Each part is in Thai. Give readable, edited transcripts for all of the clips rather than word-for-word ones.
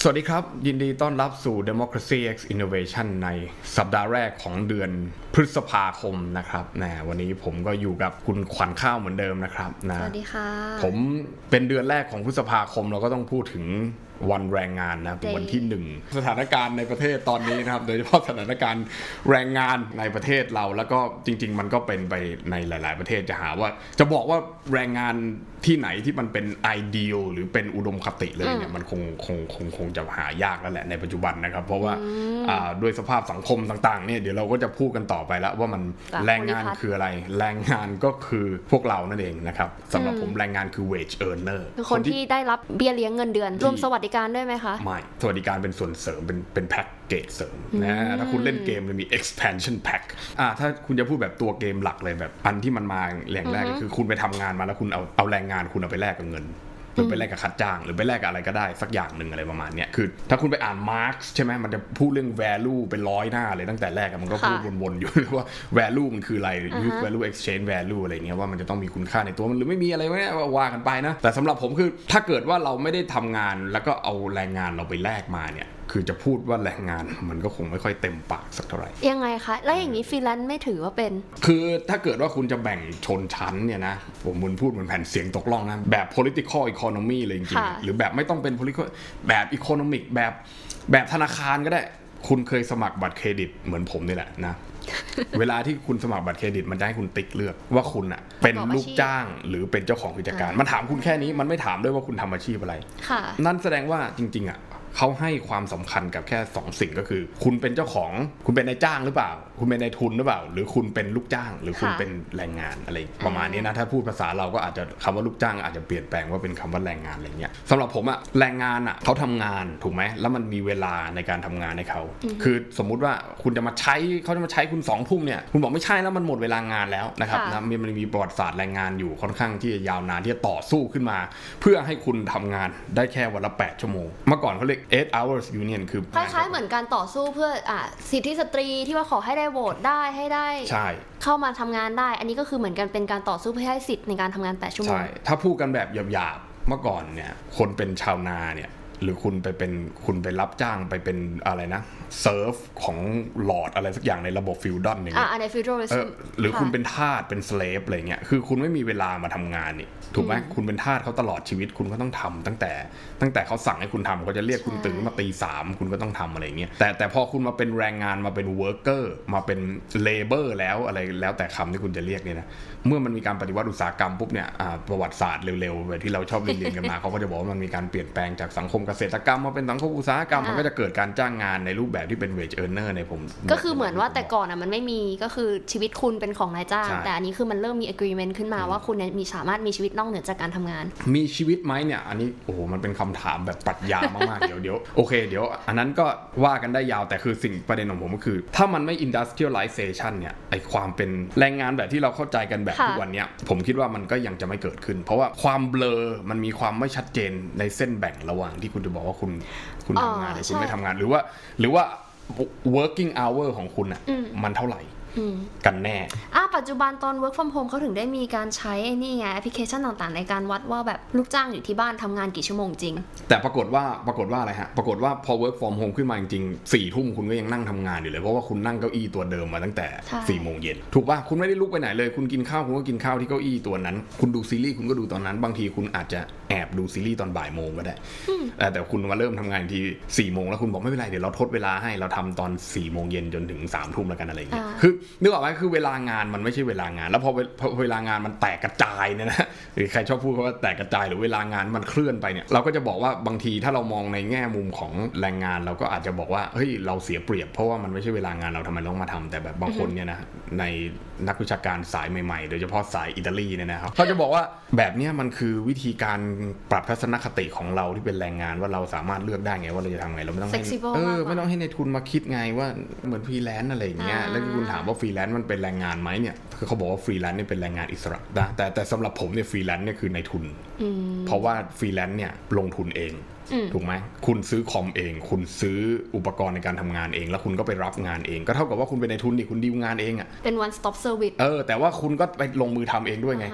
วัสดีครับยินดีต้อนรับสู่ Democracy X Innovation ในสัปดาห์แรกของเดือนพฤษภาคมนะครับวันนี้ผมก็อยู่กับคุณขวัญข้าวเหมือนเดิมนะครับสวัสดีค่ะผมเป็นเดือนแรกของพฤษภาคมเราก็ต้องพูดถึงวันแรงงานนะเป็นวันที่1สถานการณ์ในประเทศตอนนี้นะครับโดยเฉพาะสถานการณ์แรงงานในประเทศเราแล้วก็จริงๆมันก็เป็นไปในหลายๆประเทศจะบอกว่าแรงงานที่ไหนที่มันเป็น ideal หรือเป็นอุดมคติเลยเนี่ยมันคงจะหายากแล้วแหละในปัจจุบันนะครับเพราะว่าด้วยสภาพสังคมต่างๆเนี่ยเดี๋ยวเราก็จะพูดกันต่อไปแล้วว่ามันแรงงานคืออะไรแรงงานก็คือพวกเรานั่นเองนะครับสำหรับผมแรงงานคือ wage earner คือคนที่ได้รับเบี้ยเลี้ยงเงินเดือนรวมสวัสดิการด้วยไหมคะไม่สวัสดิการเป็นส่วนเสริมเป็นแพ็คเกจเสริมนะถ้าคุณเล่นเกมจะมี expansion pack ถ้าคุณจะพูดแบบตัวเกมหลักเลยแบบอันที่มันมาแรงแรกคือคุณไปทำงานมาแล้วคุณเอาแรงงานคุณเอาไปแลกกับเงินหรือไปแลกกับค่าจ้างหรือไปแลกกับอะไรก็ได้สักอย่างหนึ่งอะไรประมาณนี้คือถ้าคุณไปอ่านมาร์กซ์ใช่ไหมมันจะพูดเรื่อง value เป็น100 หน้าเลยตั้งแต่แรกมันก็พูดวนๆอยู่ว่า value มันคืออะไร value exchange value อะไรเงี้ยว่ามันจะต้องมีคุณค่าในตัวมันหรือไม่มีอะไรวะเนี่ยว่ากันไปนะแต่สำหรับผมคือถ้าเกิดว่าเราไม่ได้ทำงานแล้วก็เอาแรงงานเราไปแลกมาเนี่ยคือจะพูดว่าแรงงานมันก็คงไม่ค่อยเต็มปากสักเท่าไหร่ยังไงคะแล้วอย่างนี้ฟรีแลนซ์ไม่ถือว่าเป็นคือถ้าเกิดว่าคุณจะแบ่งชนชั้นเนี่ยนะผมพูดเหมือนแผ่นเสียงตกล่องนะแบบ political economy เลยจริงๆหรือแบบไม่ต้องเป็น political แบบ economic แบบธนาคารก็ได้คุณเคยสมัครบัตรเครดิตเหมือนผมนี่แหละนะ เวลาที่คุณสมัครบัตรเครดิตมันจะให้คุณติ๊กเลือกว่าคุณอ่ะเป็นลูกจ้างหรือเป็นเจ้าของกิจการมันถามคุณแค่นี้มันไม่ถามด้วยว่าคุณทำอาชีพอะไรนั่นแสดงว่าจริงๆอ่ะเขาให้ความสำคัญกับแค่2สิ่งก็คือคุณเป็นเจ้าของคุณเป็นนายจ้างหรือเปล่าคุณเป็นนายทุนหรือเปล่าหรือคุณเป็นลูกจ้างหรือคุณเป็นแรงงานอะไรประมาณนี้นะถ้าพูดภาษาเราก็อาจจะคำว่าลูกจ้างอาจจะเปลี่ยนแปลงว่าเป็นคำว่าแรงงานอะไรเงี้ยสำหรับผมอะแรงงานอะเขาทำงานถูกไหมแล้วมันมีเวลาในการทำงานให้เขาคือสมมุติว่าคุณจะมาใช้เขาจะมาใช้คุณ2 ทุ่มเนี่ยคุณบอกไม่ใช่แล้วมันหมดเวลางานแล้วนะครับนะมันมีประวัติศาสตร์แรงงานอยู่ค่อนข้างที่จะยาวนานที่จะต่อสู้ขึ้นมาเพื่อให้คุณทำงานได้แค่วันละ8 ชั่วโมงเมื่อก่อนเขาเรียก8 hours union คือคล้ายๆเหมือนการต่อสู้เพื่อสิทธิสตรีที่ว่าขอให้ได้โหวตได้ให้ได้ใช่เข้ามาทำงานได้อันนี้ก็คือเหมือนกันเป็นการต่อสู้เพื่อให้สิทธิ์ในการทำงาน8 ชั่วโมงใช่ถ้าพูดกันแบบหยาบๆเมื่อก่อนเนี่ยคนเป็นชาวนาเนี่ยหรือคุณไปรับจ้างไปเป็นอะไรนะเซิร์ฟของหลอดอะไรสักอย่างในระบบฟิวดอนอย่างเงี้ยในฟิวดอลหรือคุณเป็นทาสเป็นสเลฟอะไรเงี้ยคือคุณไม่มีเวลามาทำงานนี่ถูกไหมคุณเป็นทาสเขาตลอดชีวิตคุณก็ต้องทำตั้งแต่เขาสั่งให้คุณทำเขาจะเรียกคุณตื่นมาตี 3คุณก็ต้องทำอะไรเงี้ยแต่พอคุณมาเป็นแรงงานมาเป็นเวิร์กเกอร์มาเป็นเลเบอร์แล้วอะไรแล้วแต่คำที่คุณจะเรียกเนี่ยนะเมื่อมันมีการปฏิวัติอุตสาหกรรมปุ๊บเนี่ยประวัติศาสตร์เร็วๆแบบที่เราชอบเรียนกันมา เขาก็จะบอกว่ามันมีการเปลี่ยนแปลงจากสังคมเกษตรกรรมมาเป็นสังคมอุตสาหกรรมมันก็จะเกิดการจ้างงานในรูปแบบที่เป็น wage earner ในผมก็คือเหมือนว่าแต่ก่อนมันไม่มีก็คือชีวิตคุณเป็นของนายจ้างแต่อันนี้คือมันเริ่มมี agreement ขึ้นมาว่าคุณเนี่ยสามารถมีชีวิตนอกเหนือจากการทำงานมีชีวิตไหมเนี่ยอันนี้โอ้โหมันเป็นคำถามแบบปรัชญามากๆ เดี๋ยวโอเคเดี๋ยวอันนั้นก็ว่ากันได้ยาวแต่คือสิ่งประเด็นของผมก็คือถ้ามันไม่ industrialization เนี่ยไอความเป็นแรงงานแบบที่เราเข้าใจกันแบบทุกวันเนี้ยผมคิดว่ามันก็ยังจะไม่เกิดขึ้นเพราะว่าความเบลอมันมีความไม่ชัดเจนในเส้นแบ่งระหว่างที่คุณจะบอกว่าคุณทำงานหรือคุณไม่ทำงานหรือว่า working hour ของคุณอ่ะมันเท่าไหร่กันแน่ปัจจุบันตอน work from home เขาถึงได้มีการใช้ไอ้นี่ไงแอปพลิเคชันต่างๆในการวัดว่าแบบลูกจ้างอยู่ที่บ้านทำงานกี่ชั่วโมงจริงแต่ปรากฏว่าอะไรฮะปรากฏว่าพอ work from home ขึ้นมาจริงๆ 4 ทุ่มคุณก็ยังนั่งทำงานอยู่เลยเพราะว่าคุณนั่งเก้าอี้ตัวเดิมมาตั้งแต่ 4 โมงเย็นถูกป่ะคุณไม่ได้ลุกไปไหนเลยคุณกินข้าวคุณก็กินข้าวที่เก้าอี้ตัวนั้นคุณดูซีรีส์คุณก็ดูตอนนั้นบางทีคุณอาจจะแอบดูซีรีส์ตอนบ่ายโมงก็ได้แต่คุณมาเริ่มทำงานที 4 โมงแล้วคุณบอกไม่เป็นไรเดี๋ยวเราทดเวลาให้เราทำตอน 4 โมงเย็นจนถึง 3 ทุ่มแล้วกันอะไรอย่างเงี้ยคือนึกออกไหมคือเวลางานมันไม่ใช่เวลางานแล้วพอเวลางานมันแตกกระจายเนี่ยนะหรือใครชอบพูดว่าแตกกระจายหรือเวลางานมันเคลื่อนไปเนี่ยเราก็จะบอกว่าบางทีถ้าเรามองในแง่มุมของแรงงานเราก็อาจจะบอกว่าเฮ้ยเราเสียเปรียบเพราะว่ามันไม่ใช่เวลางานเราทำไมต้องมาทำแต่แบบบางคนเนี่ยนะในนักวิชาการสายใหม่ๆโดยเฉพาะสายอิตาลีเนี่ยนะครับเขาจะบอกว่าแบบนี้มันคือวิธีการปรับทัศนคติของเราที่เป็นแรงงานว่าเราสามารถเลือกได้ไงว่าเราจะทำไงเราไม่ต้องให้ไม่ต้องให้ในทุนมาคิดไงว่าเหมือนฟรีแลนซ์อะไรอย่างเงี้ยแล้วคุณถามว่าฟรีแลนซ์มันเป็นแรงงานไหมเนี่ยคือเขาบอกว่าฟรีแลนซ์เนี่ยเป็นแรงงานอิสระนะแต่สำหรับผมเนี่ยฟรีแลนซ์เนี่ยคือในทุนเพราะว่าฟรีแลนซ์เนี่ยลงทุนเองถูกไหมคุณซื้อคอมเองคุณซื้ออุปกรณ์ในการทำงานเองแล้วคุณก็ไปรับงานเองก็เท่ากับว่าคุณเป็นในทุนดิคุณดีลงานเองอ่ะเป็น one stop service แต่ว่าคุณก็ไปลงมือทำเองด้วยไง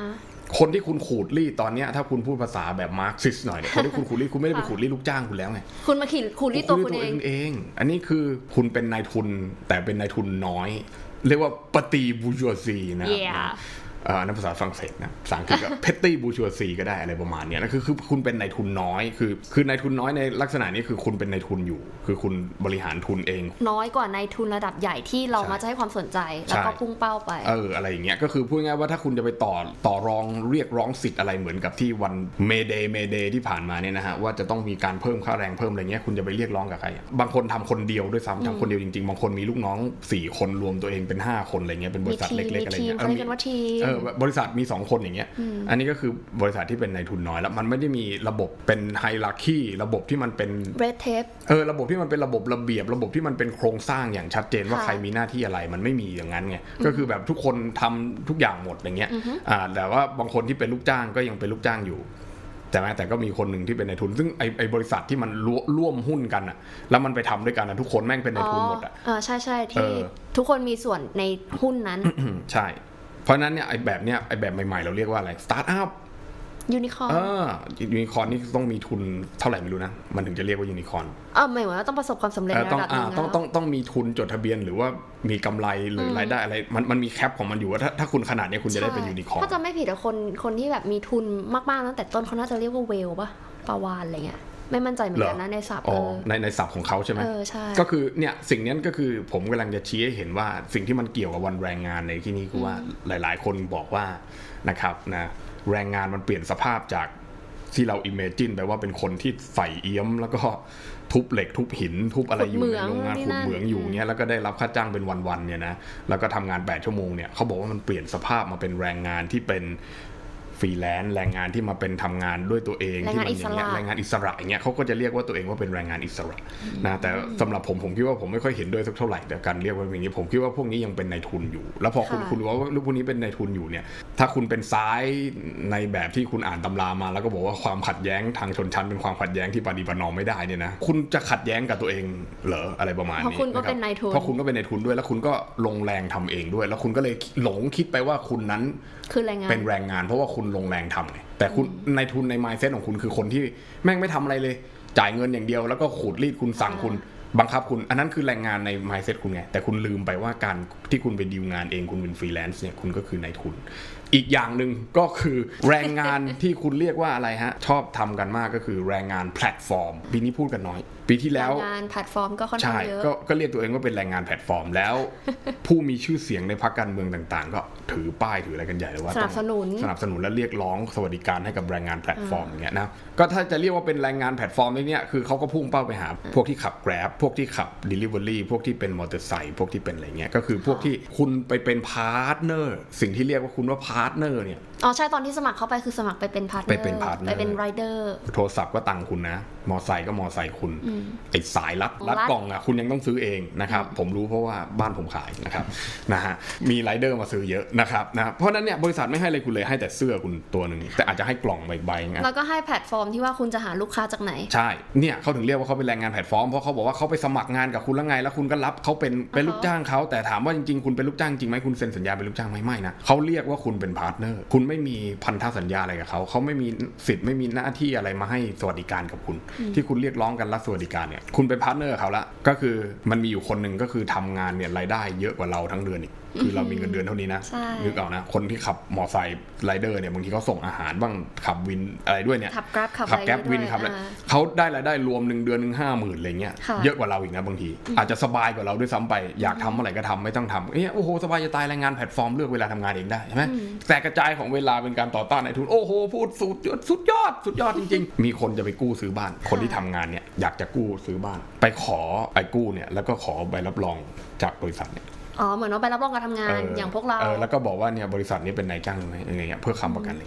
คนที่คุณขูดรีดตอนเนี้ยถ้าคุณพูดภาษาแบบมาร์กซิสหน่อยเนี่ยคนที่คุณขูดรีดคุณไม่ได้ไปขูดรีดลูกจ้างคุณแล้วไงคุณมาขูดรีดตัวคุณเองอันนี้คือคุณเป็นนายทุนแต่เป็นนายทุนน้อยเรียกว่าปฏิบูจัวซีนะครับนั่นภาษาฝรั่งเศสนะภาษาอังกฤษก็เพตตี้บูชัวซีก็ได้อะไรประมาณนี้นะคือคุณเป็นนายทุนน้อยคือนายทุนน้อยในลักษณะนี้คือคุณเป็นนายทุนอยู่คือคุณบริหารทุนเองน้อยกว่านายทุนระดับใหญ่ที่เรามาจะให้ความสนใจแล้วก็พุ่งเป้าไปอะไรอย่างเงี้ยก็คือพูดง่ายว่าถ้าคุณจะไปต่อรองเรียกร้องสิทธิ์อะไรเหมือนกับที่วันเมเดย์ที่ผ่านมาเนี่ยนะฮะว่าจะต้องมีการเพิ่มค่าแรงเพิ่มอะไรเงี้ยคุณจะไปเรียกร้องกับใครบางคนทำคนเดียวด้วยซ้ำทำคนเดียวจริงๆบางคนมีลูกน้อง4คนรวมตัวเองเป็น5คนอะไรเงี้ยเป็นบริษัทเล็กๆอะไรเงี้ยบริษัทมี2คนอย่างเงี้ยอันนี้ก็คือบริษัทที่เป็นนายทุนน้อยแล้วมันไม่ได้มีระบบเป็นไฮรักีระบบที่มันเป็น red tape ระบบที่มันเป็นระบบระเบียบระบบที่มันเป็นโครงสร้างอย่างชัดเจนว่าใครมีหน้าที่อะไรมันไม่มีอย่างนั้นไงก็คือแบบทุกคนทำทุกอย่างหมดอย่างเงี้ยแต่ว่าบางคนที่เป็นลูกจ้างก็ยังเป็นลูกจ้างอยู่แต่ก็มีคนหนึ่งที่เป็นนายทุนซึ่งไอ้บริษัทที่มันร่วมหุ้นกันอ่ะแล้วมันไปทำด้วยกันนะทุกคนแม่งเป็นนายทุนหมดอ่ะใช่ที่ทุกคนมีส่วนในหุ้นนั้นใช่เพราะนั้นเนี่ยไอ้แบบใหม่ๆเราเรียกว่าอะไรสตาร์ทอัพยูนิคอร์นยูนิคอร์นนี่ต้องมีทุนเท่าไหร่ไม่รู้นะมันถึงจะเรียกว่ายูนิคอร์นหมายว่าต้องประสบความสำเร็จในระดับนึงต้องมีทุนจดทะเบียนหรือว่ามีกำไรหรือรายได้อะไรมันมีแคปของมันอยู่ว่าถ้าคุณขนาดนี้คุณจะได้เป็นยูนิคอร์นถ้าจะไม่ผิดคนที่แบบมีทุนมากๆตั้งแต่ต้นเขาน่าจะเรียกว่าเวลป่ะปาวานอะไรเงี้ยไม่มั่นใจเหมือนกันนะในศัพท์ในศัพท์ของเขาใช่ไหมใช่ก็คือเนี่ยสิ่งนี้ก็คือผมกำลังจะชี้ให้เห็นว่าสิ่งที่มันเกี่ยวกับวันแรงงานในที่นี้คือว่าหลายๆคนบอกว่านะครับนะแรงงานมันเปลี่ยนสภาพจากที่เราอิมเมจินไปว่าเป็นคนที่ใส่เอี้ยมแล้วก็ทุบเหล็กทุบหินทุบอะไรอยู่ในโรงงานขุดเหมืองอยู่เงี้ยแล้วก็ได้รับค่าจ้างเป็นวันๆเนี่ยนะแล้วก็ทำงาน8 ชั่วโมงเนี่ยเขาบอกว่ามันเปลี่ยนสภาพมาเป็นแรงงานที่เป็นฟรีแลนซ์แรงงานที่มาเป็นทำงานด้วยตัวเองที่มันอย่างเงี้ยแรงงานอิสระอย่างเงี้ยเขาก็จะเรียกว่าตัวเองว่าเป็นแรงงานอิสระนะแต่สำหรับผมคิดว่าผมไม่ค่อยเห็นด้วยสักเท่าไหร่แต่การเรียกว่าอย่างนี้ผมคิดว่าพวกนี้ยังเป็นนายทุนอยู่แล้วพอคุณรู้ว่าลูกพวกนี้เป็นนายทุนอยู่เนี่ยถ้าคุณเป็นซ้ายในแบบที่คุณอ่านตำรามาแล้วก็บอกว่าความขัดแย้งทางชนชั้นเป็นความขัดแย้งที่ปฏิบัตินอมไม่ได้เนี่ยนะคุณจะขัดแย้งกับตัวเองเหรออะไรประมาณนี้เพราะคุณก็เป็นนายทุนเพราะคุณก็เป็นนายทุนด้วยแล้วคุณก็ลงแรงทำเองด้วยแล้วคุณก็เลยหลงคิดไปว่าคุณนั้นคือแรงงานเป็นแรงงานเพราะว่าคุณลงแรงทำไงแต่คุณในทุนใน mindset ของคุณคือคนที่แม่งไม่ทำอะไรเลยจ่ายเงินอย่างเดียวแล้วก็ขูดรีดคุณสั่งคุณบังคับคุณอันนั้นคือแรงงานใน mindset คุณไงแต่คุณลืมไปว่าการที่คุณไปดีลงานเองคุณเป็นฟรีแลนซ์เนี่ยคุณก็คือนายทุนอีกอย่างหนึ่งก็คือแรงงานที่คุณเรียกว่าอะไรฮะชอบทำกันมากก็คือแรงงานแพลตฟอร์มปีนี้พูดกันน้อยปีที่แล้วแรงงานแพลตฟอร์มก็ค่อนข้างเยอะก็เรียกตัวเองว่าเป็นแรงงานแพลตฟอร์มแล้วผู้มีชื่อเสียงในพรรคการเมืองต่างๆก็ถือป้ายถืออะไรกันใหญ่เลยว่าสนับสนุนและเรียกร้องสวัสดิการให้กับแรงงานแพลตฟอร์มอย่างเงี้ยนะก็ถ้าจะเรียกว่าเป็นแรงงานแพลตฟอร์มเนี่ยคือเขาก็พุ่งเป้าไปหาพวกที่ขับ Grab พวกที่ขับ Delivery พวกที่เป็นมอเตอร์ไซค์พวกที่เป็นอะไรเงี้ยก็คือพวกที่คุณไปเป็นพาร์ทเนอร์สิ่งที่เรียกว่าคุณว่าพาร์ทเนอร์เนี่ยใช่ตอนที่สมัครเข้าไปคือสมัครไปเป็นพาร์ทเนอร์ไปเป็นไรเดอร์โทรศัพท์ก็ตังคุณนะมอไซค์ก็มอไซค์คุณไอ้สายรัดกล่องอ่ะคุณยังต้องซื้อเองนะครับผมรู้เพราะว่าบ้านผมขายนะครับนะฮะมีไรเดอร์มาซื้อเยอะนะครับนะเพราะนั้นเนี่ยบริษัทไม่ให้เลยคุณเลยให้แต่เสื้อคุณตัวนึงแต่อาจจะให้กล่องใบๆนะแล้วก็ให้แพลตฟอร์มที่ว่าคุณจะหาลูกค้าจากไหนใช่เนี่ยเขาถึงเรียกว่าเขาเป็นแรงงานแพลตฟอร์มเพราะเขาบอกว่าเขาไปสมัครงานกับคุณแล้วไงแล้วคุณก็รับเขาเป็นลูกจ้างเขาแต่ถามว่าจริงๆคุณเป็นลูกจ้างจริงไหมคุณเซ็นสัญญาเป็นลูกจ้างไม่นะเขาเรียกว่าคุณเป็นพาร์ทเนอร์คุณไม่มีพันธสัญญาอะไรกับเขาไม่มีสิทธิ์ไม่มีหน้าที่อะไรมาให้สวัสดิการกับคุณที่คุณเรียกร้องกันรัฐสวัสดิการเนี่ยคุณเป็นพาร์ทเนอร์เขาละก็คือมันมีอยู่คนหนึ่งก็คือทำงานเนี่ยรายได้เยอะกว่าเราทั้งเดือนอีกคือเรามีเงินเดือนเท่านี้นะนึกเอานะคนที่ขับมอไซค์ไรเดอร์เนี่ยบางทีเขาส่งอาหารบ้างขับวินอะไรด้วยเนี่ยขับแกร็บวินขับอะไรเขาได้รายได้รวม1เดือนนึง 50,000 อะไรเงี้ยเยอะกว่าเราอีกนะบางทีอาจจะสบายกว่าเราด้วยซ้ำไปอยากทำอะไรก็ทำไม่ต้องทำโอ้โหสบายจะตายแรงงานแพลตฟอร์มเลือกเวลาทำงานเองได้ใช่ไหมแต่กระจายของเวลาเป็นการต่อต้านนายทุนโอ้โหพูดสุดยอดจริงๆมีคนจะไปกู้ซื้อบ้านคนที่ทำงานเนี่ยอยากจะกู้ซื้อบ้านไปขอไปกู้เนี่ยแล้วก็ขอใบรับรองจากบริษัทเนี่ยเหมือนว่าไปรับรองการทำงานอย่างพวกเราแล้วก็บอกว่าเนี่ยบริษัทนี้เป็นนายจ้างไหมอะไรเงี้ยเพื่อค้ำประกันอะไรเงี้ย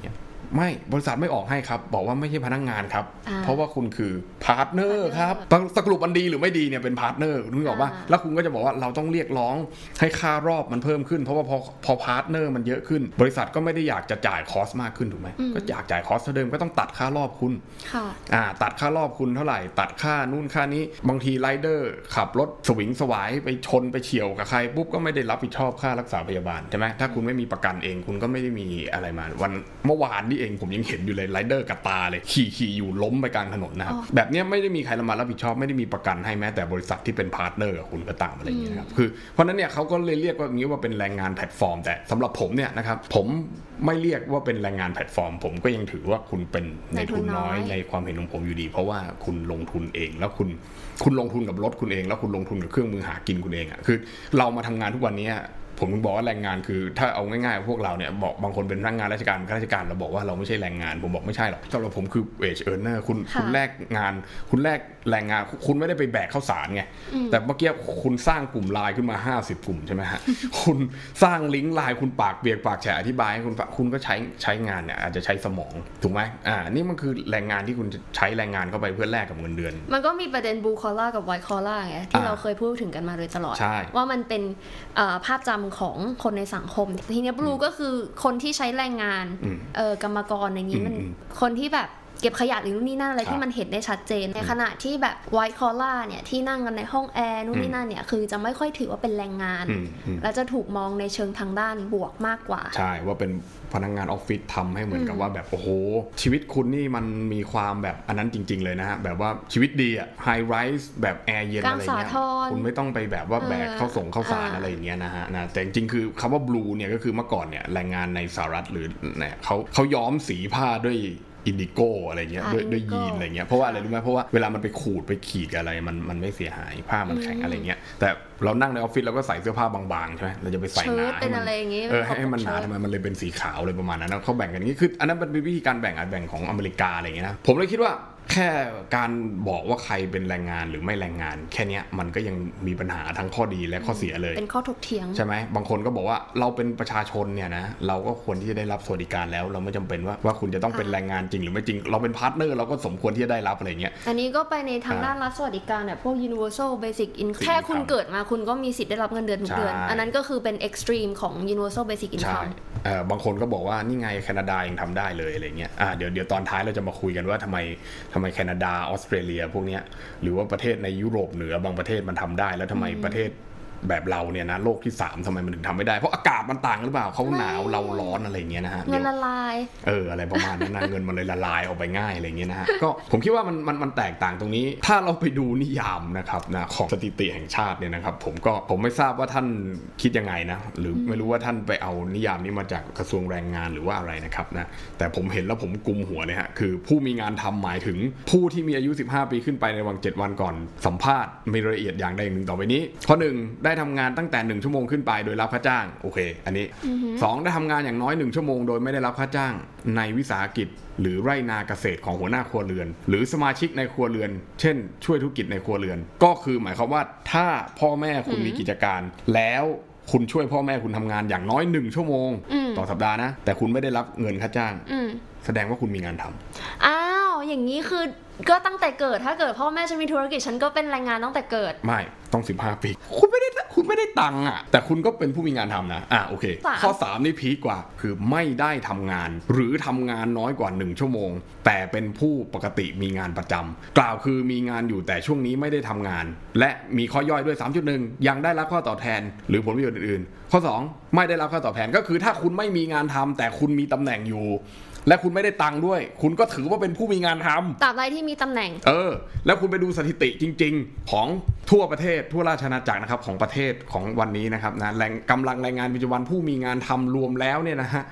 ไม่บริษัทไม่ออกให้ครับบอกว่าไม่ใช่พนักงานครับเพราะว่าคุณคือพาร์ทเนอร์ครับสรุปมันดีหรือไม่ดีเนี่ยเป็นพาร์ทเนอร์นึกออกป่ะแล้วคุณก็จะบอกว่าเราต้องเรียกร้องให้ค่ารอบมันเพิ่มขึ้นเพราะว่าพอพาร์ทเนอร์มันเยอะขึ้นบริษัทก็ไม่ได้อยากจะจ่ายคอสมากขึ้นถูกไหมก็อยากจ่ายคอสเท่าเดิมก็ต้องตัดค่ารอบคุณตัดค่ารอบคุณเท่าไหร่ตัดค่านู่นค่านี้บางทีไรเดอร์ขับรถสวิงสวายไปชนไปเฉี่ยวกับใครปุ๊บก็ไม่ได้รับผิดชอบค่ารักษาพยาบาลใช่ไหมถ้าคุณไม่มีประกันเองคุณก็ไม่ได้มีอะไรมาวันเมื่อวานนี่เองผมยังเห็นอยู่เลยไรเดอร์กับตาเลยขี่อยู่ล้มไปกลางถนนนะครับแบบนี้ไม่ได้มีใครมารับผิดชอบไม่ได้มีประกันให้แม้แต่บริษัทที่เป็นพาร์ทเนอร์กับคุณก็ตามอะไรอย่างเงี้ยครับคือเพราะนั้นเนี่ยเขาก็เลยเรียกว่าอย่างนี้ว่าเป็นแรงงานแพลตฟอร์มแต่สำหรับผมเนี่ยนะครับผมไม่เรียกว่าเป็นแรงงานแพลตฟอร์มผมก็ยังถือว่าคุณเป็นในทุนน้อยในความเห็นของผมอยู่ดีเพราะว่าคุณลงทุนเองแล้วคุณลงทุนกับรถคุณเองแล้วคุณลงทุนกับเครื่องมือหากินคุณเองอ่ะคือเรามาทำงานทุกวันนี้ผมบอกว่าแรงงานคือถ้าเอาง่ายๆพวกเราเนี่ยบอกบางคนเป็นพนักงานราชการข้าราชการเราบอกว่าเราไม่ใช่แรงงานผมบอกไม่ใช่หรอกสำหรับผมคือ wage earner คุณแลกงานคุณแลกแรงงานคุณไม่ได้ไปแบกข้าวสารไงแต่เมื่อกี้คุณสร้างกลุ่มไลน์ขึ้นมา50กลุ่มใช่ไหมฮะคุณสร้างลิงก์ไลน์คุณปากเปียกปากแฉะอธิบายให้คุณก็ใช้งานเนี่ยอาจจะใช้สมองถูกไหมนี่มันคือแรงงานที่คุณใช้แรงงานเข้าไปเพื่อแลกกับเงินเดือนมันก็มีประเด็น blue collar กับ white collar ไงที่เราเคยพูดถึงกันมาโดยตลอดว่ามันเป็นภาพจำของคนในสังคมทีนี้ blue ก็คือคนที่ใช้แรงงานกรรมกรอย่างนี้มันคนที่แบบเก็บขยะหรือนู่นนี่นั่นอะไรที่มันเห็นได้ชัดเจนในขณะที่แบบ white collar เนี่ยที่นั่งกันในห้องแอร์นู่นนี่นั่นเนี่ยคือจะไม่ค่อยถือว่าเป็นแรงงานและจะถูกมองในเชิงทางด้านบวกมากกว่าใช่ว่าเป็นพนักงานออฟฟิศทำให้เหมือนกับว่าแบบโอ้โหชีวิตคุณนี่มันมีความแบบอันนั้นจริงๆเลยนะฮะแบบว่าชีวิตดีอะไฮไรส์แบบแอร์เย็นอะไรเงี้ยคุณไม่ต้องไปแบบว่าแบกเข้าสารอะไรอย่างเงี้ยนะฮะแต่จริงๆคือคำว่า blue เนี่ยก็คือเมื่อก่อนเนี่ยแรงงานในสหรัฐหรือเนี่ยเขาย้อมสีผ้าด้วยอินดิโก้อะไรเงี้ยด้วยยีนอะไรเงี้ยเพราะว่าอะไรรู้ไหมเพราะว่าเวลามันไปขูดไปขีดอะไรมันไม่เสียหายผ้ามันแข็งอะไรเงี้ยแต่เรานั่งในออฟฟิศเราก็ใส่เสื้อผ้าบางๆใช่ไหมเราจะไปใส่หนาให้มันหนาทำไมมันเลยเป็นสีขาวเลยประมาณนั้นเขาแบ่งกันอย่างนี้คืออันนั้นเป็นวิธีการแบ่งของอเมริกาอะไรเงี้ยนะผมเลยคิดว่าแค่การบอกว่าใครเป็นแรงงานหรือไม่แรงงานแค่นี้มันก็ยังมีปัญหาทั้งข้อดีและข้อเสียเลยเป็นข้อถกเถียงใช่ไหมบางคนก็บอกว่าเราเป็นประชาชนเนี่ยนะเราก็ควรที่จะได้รับสวัสดิการแล้วเราไม่จำเป็นว่าคุณจะต้องเป็นแรงงานจริงหรือไม่จริงเราเป็นพาร์ทเนอร์เราก็สมควรที่จะได้รับอะไรเงี้ยอันนี้ก็ไปในทางด้านรัฐสวัสดิการแบบพวก universal basic income แค่คุณเกิดมาคุณก็มีสิทธิ์ได้รับเงินเดือนทุกเดือนอันนั้นก็คือเป็น extreme ของ universal basic income บางคนก็บอกว่านี่ไงแคนาดายังทำได้เลยอะไรเงี้ยเดี๋ยวตอนท้ายเราจะมาคุยกันว่าทำไมแคนาดาออสเตรเลียพวกนี้หรือว่าประเทศในยุโรปเหนือบางประเทศมันทำได้แล้วทำไมประเทศแบบเราเนี่ยนะโลกที่3ทำไมมันถึงทำไม่ได้เพราะอากาศมันต่างหรือเปล่าเขาหนาวเราร้อนอะไรเงี้ยนะฮะเงินละลายอะไรประมาณนั้นเงินมันเลยละลายออกไปง่ายอะไรเงี้ยนะฮะก็ผมคิดว่ามันแตกต่างตรงนี้ถ้าเราไปดูนิยามนะครับนะของสถิติแห่งชาติเนี่ยนะครับผมไม่ทราบว่าท่านคิดยังไงนะหรือไม่รู้ว่าท่านไปเอานิยามนี้มาจากกระทรวงแรงงานหรือว่าอะไรนะครับนะแต่ผมเห็นแล้วผมกุมหัวเนี่ยฮะคือผู้มีงานทำหมายถึงผู้ที่มีอายุ15 ปีขึ้นไปในระหว่าง7 วันก่อนสัมภาษณ์มีรายละเอียดอย่างใดอย่างหนึ่งต่อไปนี้ข้อ 1ได้ทำงานตั้งแต่1 ชั่วโมงขึ้นไปโดยรับค่าจ้างโอเคอันนี้2ได้ทำงานอย่างน้อย1 ชั่วโมงโดยไม่ได้รับค่าจ้างในวิสาหกิจหรือไร่นาเกษตรของหัวหน้าครัวเรือนหรือสมาชิกในครัวเรือนเช่นช่วยธุรกิจในครัวเรือนก็คือหมายความว่าถ้าพ่อแม่คุณมีกิจการแล้วคุณช่วยพ่อแม่คุณทำงานอย่างน้อย1 ชั่วโมงต่อสัปดาห์นะแต่คุณไม่ได้รับเงินค่าจ้างแสดงว่าคุณมีงานทำอ้าวอย่างนี้คือก็ตั้งแต่เกิดถ้าเกิดพ่อแม่ฉันมีธุรกิจฉันก็เป็นแรงงานตั้งแต่เกิดไม่ต้อง15 ปีคุณไม่ได้ตังค์แต่คุณก็เป็นผู้มีงานทำนะโอเคข้อ3นี่พีคกว่าคือไม่ได้ทำงานหรือทำงานน้อยกว่า1 ชั่วโมงแต่เป็นผู้ปกติมีงานประจำกล่าวคือมีงานอยู่แต่ช่วงนี้ไม่ได้ทำงานและมีข้อย่อยด้วย 3.1 ยังได้รับข้อตอบแทนหรือผลประโยชน์อื่นๆข้อ2ไม่ได้รับค่าตอบแทนก็คือถ้าคุณไม่มีงานทำแต่คุณมีตำแหน่งอยู่และคุณไม่ได้ตังค์ด้วยคุณก็ถือว่าเป็นผู้มีงานทำตราบใดที่มีตำแหน่งแล้วคุณไปดูสถิติจริงๆของทั่วประเทศทั่วราชอาณาจักรนะครับของประเทศของวันนี้นะครับนะกำลังแรงงานปัจจุบันผู้มีงานทำรวมแล้วเนี่ยนะฮะ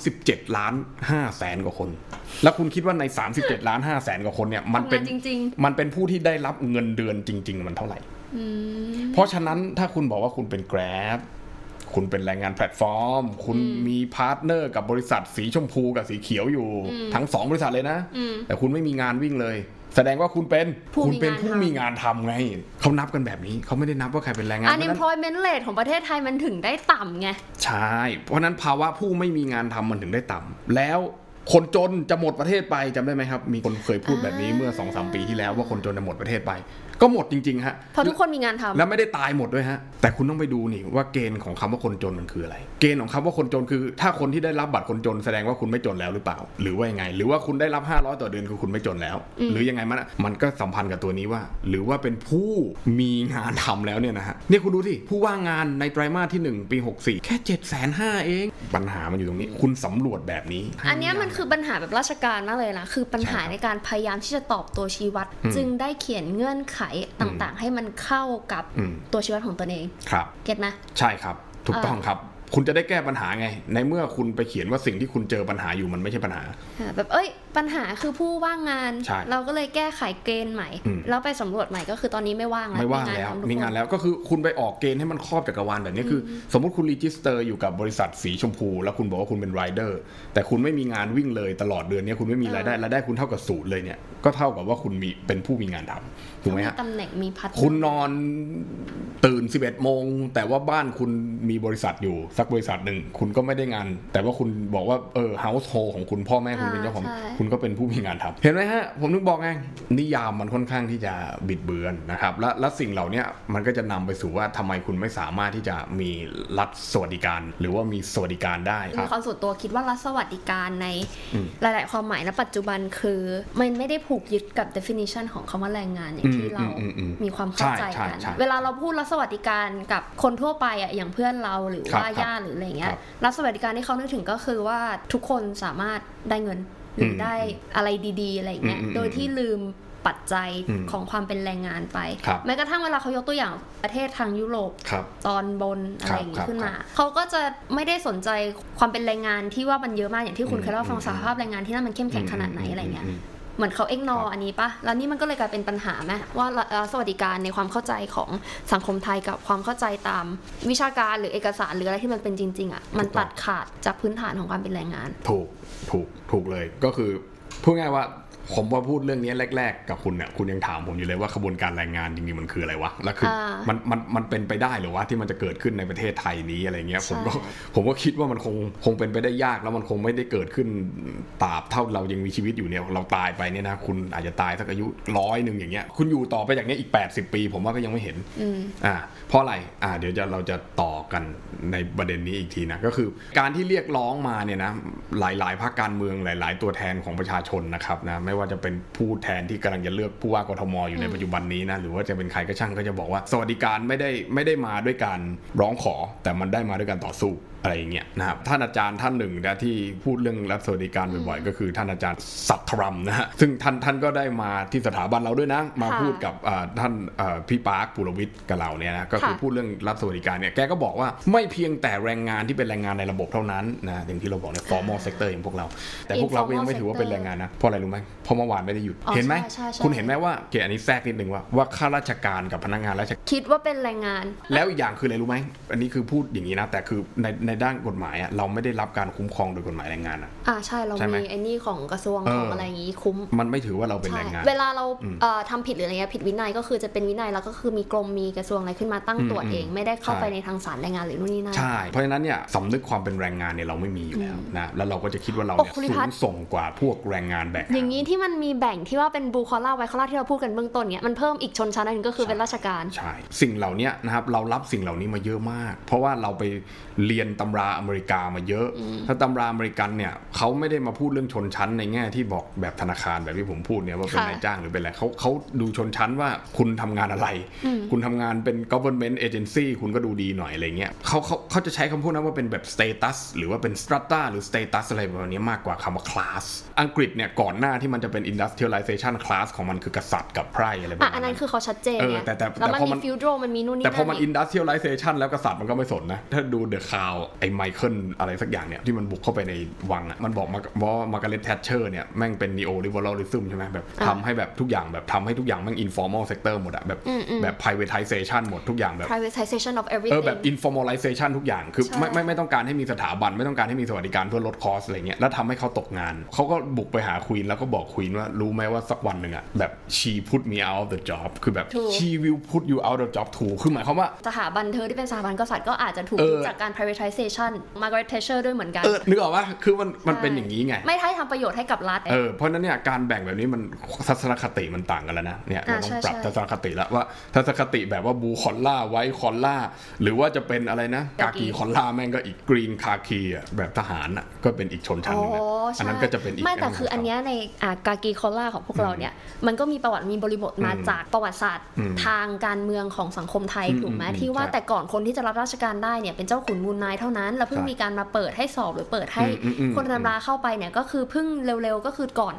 37.5 ล้านกว่าคนแล้วคุณคิดว่าใน37.5 ล้านกว่าคนเนี่ยมันเป็นผู้ที่ได้รับเงินเดือนจริงๆมันเท่าไหร่เพราะฉะนั้นถ้าคุณบอกว่าคุณเป็น Grabคุณเป็นแรงงานแพลตฟอร์มคุณมีพาร์ทเนอร์กับบริษัทสีชมพูกับสีเขียวอยู่ทั้ง2 บริษัทเลยนะแต่คุณไม่มีงานวิ่งเลยแสดงว่าคุณเป็นผู้มีงานทำไงเขานับกันแบบนี้เขาไม่ได้นับว่าใครเป็นแรงงาน unemployment rate ของประเทศไทยมันถึงได้ต่ำไงใช่เพราะนั้นภาวะผู้ไม่มีงานทำมันถึงได้ต่ำแล้วคนจนจะหมดประเทศไปจำได้ไหมครับมีคนเคยพูดแบบนี้เมื่อ 2-3 ปีที่แล้วว่าคนจนจะหมดประเทศไปก็หมดจริงๆฮะเพราะทุกคนมีงานทำแล้วไม่ได้ตายหมดด้วยฮะแต่คุณต้องไปดูนี่ว่าเกณฑ์ของคำว่าคนจนมันคืออะไรเกณฑ์ของคำว่าคนจนคือถ้าคนที่ได้รับบัตรคนจนแสดงว่าคุณไม่จนแล้วหรือเปล่าหรือว่ายังไงหรือว่าคุณได้รับ500ต่อเดือนคือคุณไม่จนแล้วหรือยังไงมันก็สัมพันธ์กับตัวนี้ว่าหรือว่าเป็นผู้มีงานทำแล้วเนี่ยนะฮะเนี่ยคุณดูสิผู้ว่างงานในไตรมาสที่1ปี64แค่ 750,000 เองปัญหามันอยู่ตรงนี้คุณสำรวจแบบนี้อันนี้มันคือปัญหาแบบราชการมากเลยนะคือปัญหาในการพยายามที่จะตอบตัวชี้วัดจึงได้เขียนเงื่อนไขต่างๆให้มันเข้ากับตัวชี้วัดของตนเองครับเก็ทไหมใช่ครับถูกต้องครับคุณจะได้แก้ปัญหาไงในเมื่อคุณไปเขียนว่าสิ่งที่คุณเจอปัญหาอยู่มันไม่ใช่ปัญหาแบบปัญหาคือผู้ว่างงานเราก็เลยแก้ไขเกณฑ์ใหม่แล้วไปสำรวจใหม่ก็คือตอนนี้ไม่ว่างแล้วมีงานแล้วก็คือคุณไปออกเกณฑ์ให้มันครอบจักรวาลแบบนี้คือสมมติคุณรีจิสเตอร์อยู่กับบริษัทสีชมพูแล้วคุณบอกว่าคุณเป็นไรเดอร์แต่คุณไม่มีงานวิ่งเลยตลอดเดือนนี้คุณไม่มีรายได้คุณเท่ากับศูนย์เลยเนี่ยก็เท่ากับว่าคุณเป็นผู้มีงานทำถูกไหมฮะตำแหน่งมีพัฒคุณนอนตื่น 11 โมงแต่ว่าบ้านคุณมีบริษัทอยู่สักบริษัทหนึ่งคุณก็ไม่ได้งานแต่ว่าคุณบอกว่าhousehold ของคุณพ่อแม่คุณเป็นเจ้าของคุณก็เป็นผู้มีงานทำเห็นไหมฮะผมนึกบอกไงนิยามมันค่อนข้างที่จะบิดเบือนนะครับและสิ่งเหล่านี้มันก็จะนำไปสู่ว่าทำไมคุณไม่สามารถที่จะมีรัฐสวัสดิการหรือว่ามีสวัสดิการได้มีความส่วนตัวคิดว่ารัฐสวัสดิการในหลายๆความหมายณปัจจุบันคือมันไม่ได้ผูกยึดกับ definition ของคำว่าแรงงานอย่างที่เรามีความเข้าใจกันเวลาเราพูดรัฐสวัสดิการกับคนทั่วไปอย่างเพื่อนเราหรือว่าญาติหรืออะไรเงี้ยรัฐสวัสดิการที่เขานึกถึงก็คือว่าทุกคนสามารถได้เงินหรือได้อะไรดีๆอะไรเงี้ยโดยที่ลืมปัจจัยของความเป็นแรงงานไปแม้กระทั่งเวลาเขายกตัวอย่างประเทศทางยุโรปตอนบนอะไรอย่างนี้ขึ้นมาเขาก็จะไม่ได้สนใจความเป็นแรงงานที่ว่ามันเยอะมากอย่างที่คุณเคยเล่าฟังสหภาพแรงงานที่นั่นมันเข้มแข็งขนาดไหนอะไรเงี้ยเหมือนเขาเอ็กนออันนี้ปะแล้วนี่มันก็เลยกลายเป็นปัญหาไหมว่าสวัสดิการในความเข้าใจของสังคมไทยกับความเข้าใจตามวิชาการหรือเอกสารหรืออะไรที่มันเป็นจริงๆอ่ะมันตัดขาดจากพื้นฐานของความเป็นแรงงานถูกเลยก็คือพูดง่ายว่าผมว่าพูดเรื่องนี้แรกๆกับคุณเนี่ยคุณยังถามผมอยู่เลยว่าขบวนการแรงงานจริงๆมันคืออะไรวะแล้วคือมันเป็นไปได้หรือว่าที่มันจะเกิดขึ้นในประเทศไทยนี้อะไรเงี้ยผมก็คิดว่ามันคงเป็นไปได้ยากแล้วมันคงไม่ได้เกิดขึ้นตราบเท่าเรายังมีชีวิตอยู่เนี่ยเราตายไปเนี่ยนะคุณอาจจะตายสักอายุ100นึงอย่างเงี้ยคุณอยู่ต่อไปจากนี้อีก80ปีผมว่าก็ยังไม่เห็นเพราะอะไรเดี๋ยวเราจะต่อกันในประเด็นนี้อีกทีนะก็คือการที่เรียกร้องมาเนี่ยนะหลายๆพรรคการเมืองหลายๆตัวแทนของประชาชนนะครับนะไม่ว่าจะเป็นผู้แทนที่กำลังจะเลือกผู้ว่ากทมอยู่ในปัจจุบันนี้นะหรือว่าจะเป็นใครก็ช่างก็จะบอกว่าสวัสดิการไม่ได้มาด้วยการร้องขอแต่มันได้มาด้วยการต่อสู้อะไรอย่างเงี้ยนะครับท่านอาจารย์ท่านหนึ่งนะที่พูดเรื่องรัฐสวัสดิการบ่อยๆก็คือท่านอาจารย์สัทธรัมนะฮะซึ่งท่านก็ได้มาที่สถาบันเราด้วยนะมาพูดกับท่านพี่ปาร์คปุรวิทย์กับเราเนี่ยนะก็คือพูดเรื่องรัฐสวัสดิการเนี่ยแกก็บอกว่าไม่เพียงแต่แรงงานที่เป็นแรงงานในระบบเท่านั้นนะอย่างที่เราบอกใน formal sector อย่างพวกเราแต่พวกเราก็ยังไม่ถือว่าเป็นแรงงานนะเพราะอะไรรู้ไหมเพราะเมื่อวานไม่ได้หยุดเห็นไหมคุณเห็นไหมว่าเกี่ยอันนี้แทรกนิดนึงว่าข้าราชการกับพนักงานราชการคิดว่าเป็นแรงงานแล้วอีกอย่างคืออะไรรู้ไหมอันนี้คือพูดอย่างนี้นะแต่คือในด้านกฎหมายเราไม่ได้รับการคุ้มครองโดยกฎหมายแรงงานใช่เรามีไอ้นี่ของกระทรวงของอะไรอย่างงี้คุ้มมันไม่ถือว่าเราเป็นแรงงานเวลาเราทำผิดหรืออะไรเงี้ยผิดวินัยก็คือจะเป็นวินัยแล้วก็คือมีกรมมีกระทรวงอะไรขึ้นมาตั้งตรวจเองไม่ได้เข้าไปในทางศาลแรงงานหรือนู่นนี่นั่นใช่เพราะฉะนั้นเนี่ยสำนึกความเป็นแรงงานเนี่ยเราไม่มีอยู่แล้วนะแล้วเราก็จะคิดว่าเราเนี่ยสูงส่งกว่าพวกแรงงานแบ่งอย่างนี้ที่มันมีแบ่งที่ว่าเป็นบลูคอลล่าไวท์คอลล่าที่เราพูดกันเบื้องต้นเนี่ยมันเพิ่มอีกชนชั้นนึงก็คือเป็นราชการใช่สิ่งเหล่านี้นะครับเรารับสิ่งเหล่านี้มาเยอะมากเพราะว่าเราไปเรียนตำราอเมริกามาเยอะถ้าตำราอเมริกันเนี่ยเขาไม่ได้มาพูดเรื่องชนชั้นในแง่ที่บอกแบบธนาคารแบบที่ผมพูดเนี่ยว่าเป็นนายจ้างหรือเป็นอะไรเขาดูชนชั้นว่าคุณทำงานอะไรคุณทำงานเป็น government agency คุณก็ดูดีหน่อยอะไรเงี้ยเขาจะใช้คำพูดนั้นว่าเป็นแบบ status หรือว่าเป็น strata หรือ status อะไรแบบนี้มากกว่าคำว่า class อังกฤษเนี่ยก่อนหน้าที่มันจะเป็น industrialization class ของมันคือกษัตริย์กับไพร่อะไรแบบนั้นอันนั้นคือเขาชัดเจนไงแต่แล้วมันมี feudal มันมีนู่นนี่แต่พอมัน industrialization แล้วกษัตริย์มันก็ไม่สนนะถ้าดูThe Crown ไอ้ไมเคิลอะไรสักอย่างเนี่ยที่มันบุกเข้าไปในวังอ่ะมันบอกว่ามาร์กาเร็ต แทชเชอร์เนี่ยแม่งเป็น neo liberalism ใช่ไหมแบบทำให้แบบทุกอย่างแบบทำให้ทุกอย่างแม่ง informal sector หมดอะแบบ privatization หมดทุกอย่างแบบ privatization of everything แบบ informalization ทุกอย่างคือไม่ต้องการให้มีสถาบันไม่ต้องการให้มีสวัสดิการเพื่อลดคอสอะไรเงี้ยแล้วทำให้เขาตกงานเขาก็บุกไปหาควีนแล้วก็บอกควีนว่ารู้ไหมว่าสักวันหนึ่งอะแบบ she put me out of the job คือแบบ she will put you out of the job too คือหมายความว่าสถาบันเธอที่เป็นสถาบันกษัตริย์ก็อาจจะถูกจากการ privatization Margaret Thatcher ด้วยเหมือนกันนึกออกปะคือมันเป็นอย่างนี้ไงไม่ให้ทำประโยชน์ให้กับรัฐเพราะนั้นเนี่ยการแบ่งแบบนี้มันทัศนคติมันต่างกันแล้วนะเนี่ยเราต้องปรับทัศนคติแล้วว่าทัศนคติแบบว่าบูคอลล่าไวท์คอลล่าหรือว่าจะเป็นอะไรนะกากีคอลล่าแม่งก็อีกกรีนคาคีอ่ะแบบทหารอ่ะก็เป็นอีกชนชั้นนึงอันนั้นก็จะเป็นอีกไม่แต่คืออันเนี้ยในกากีคอลล่าของพวกเราเนี่ยมันก็มีประวัติมีบริบทมาจากประวัติศาสตร์ทางการเมืองของสังคมไทยถูกไหมที่ว่าแต่ก่อนคนที่จะรับราชการได้เนี่ยเป็นเจ้าขุนมูลนายเท่านั้นแล้วเพิ่งมีการมาเปิดให้สอบหรือเปิดให้คนธรรมดาเข้าไปเนี่ยก็คือเพิ่งเร็วๆก็คือก่อน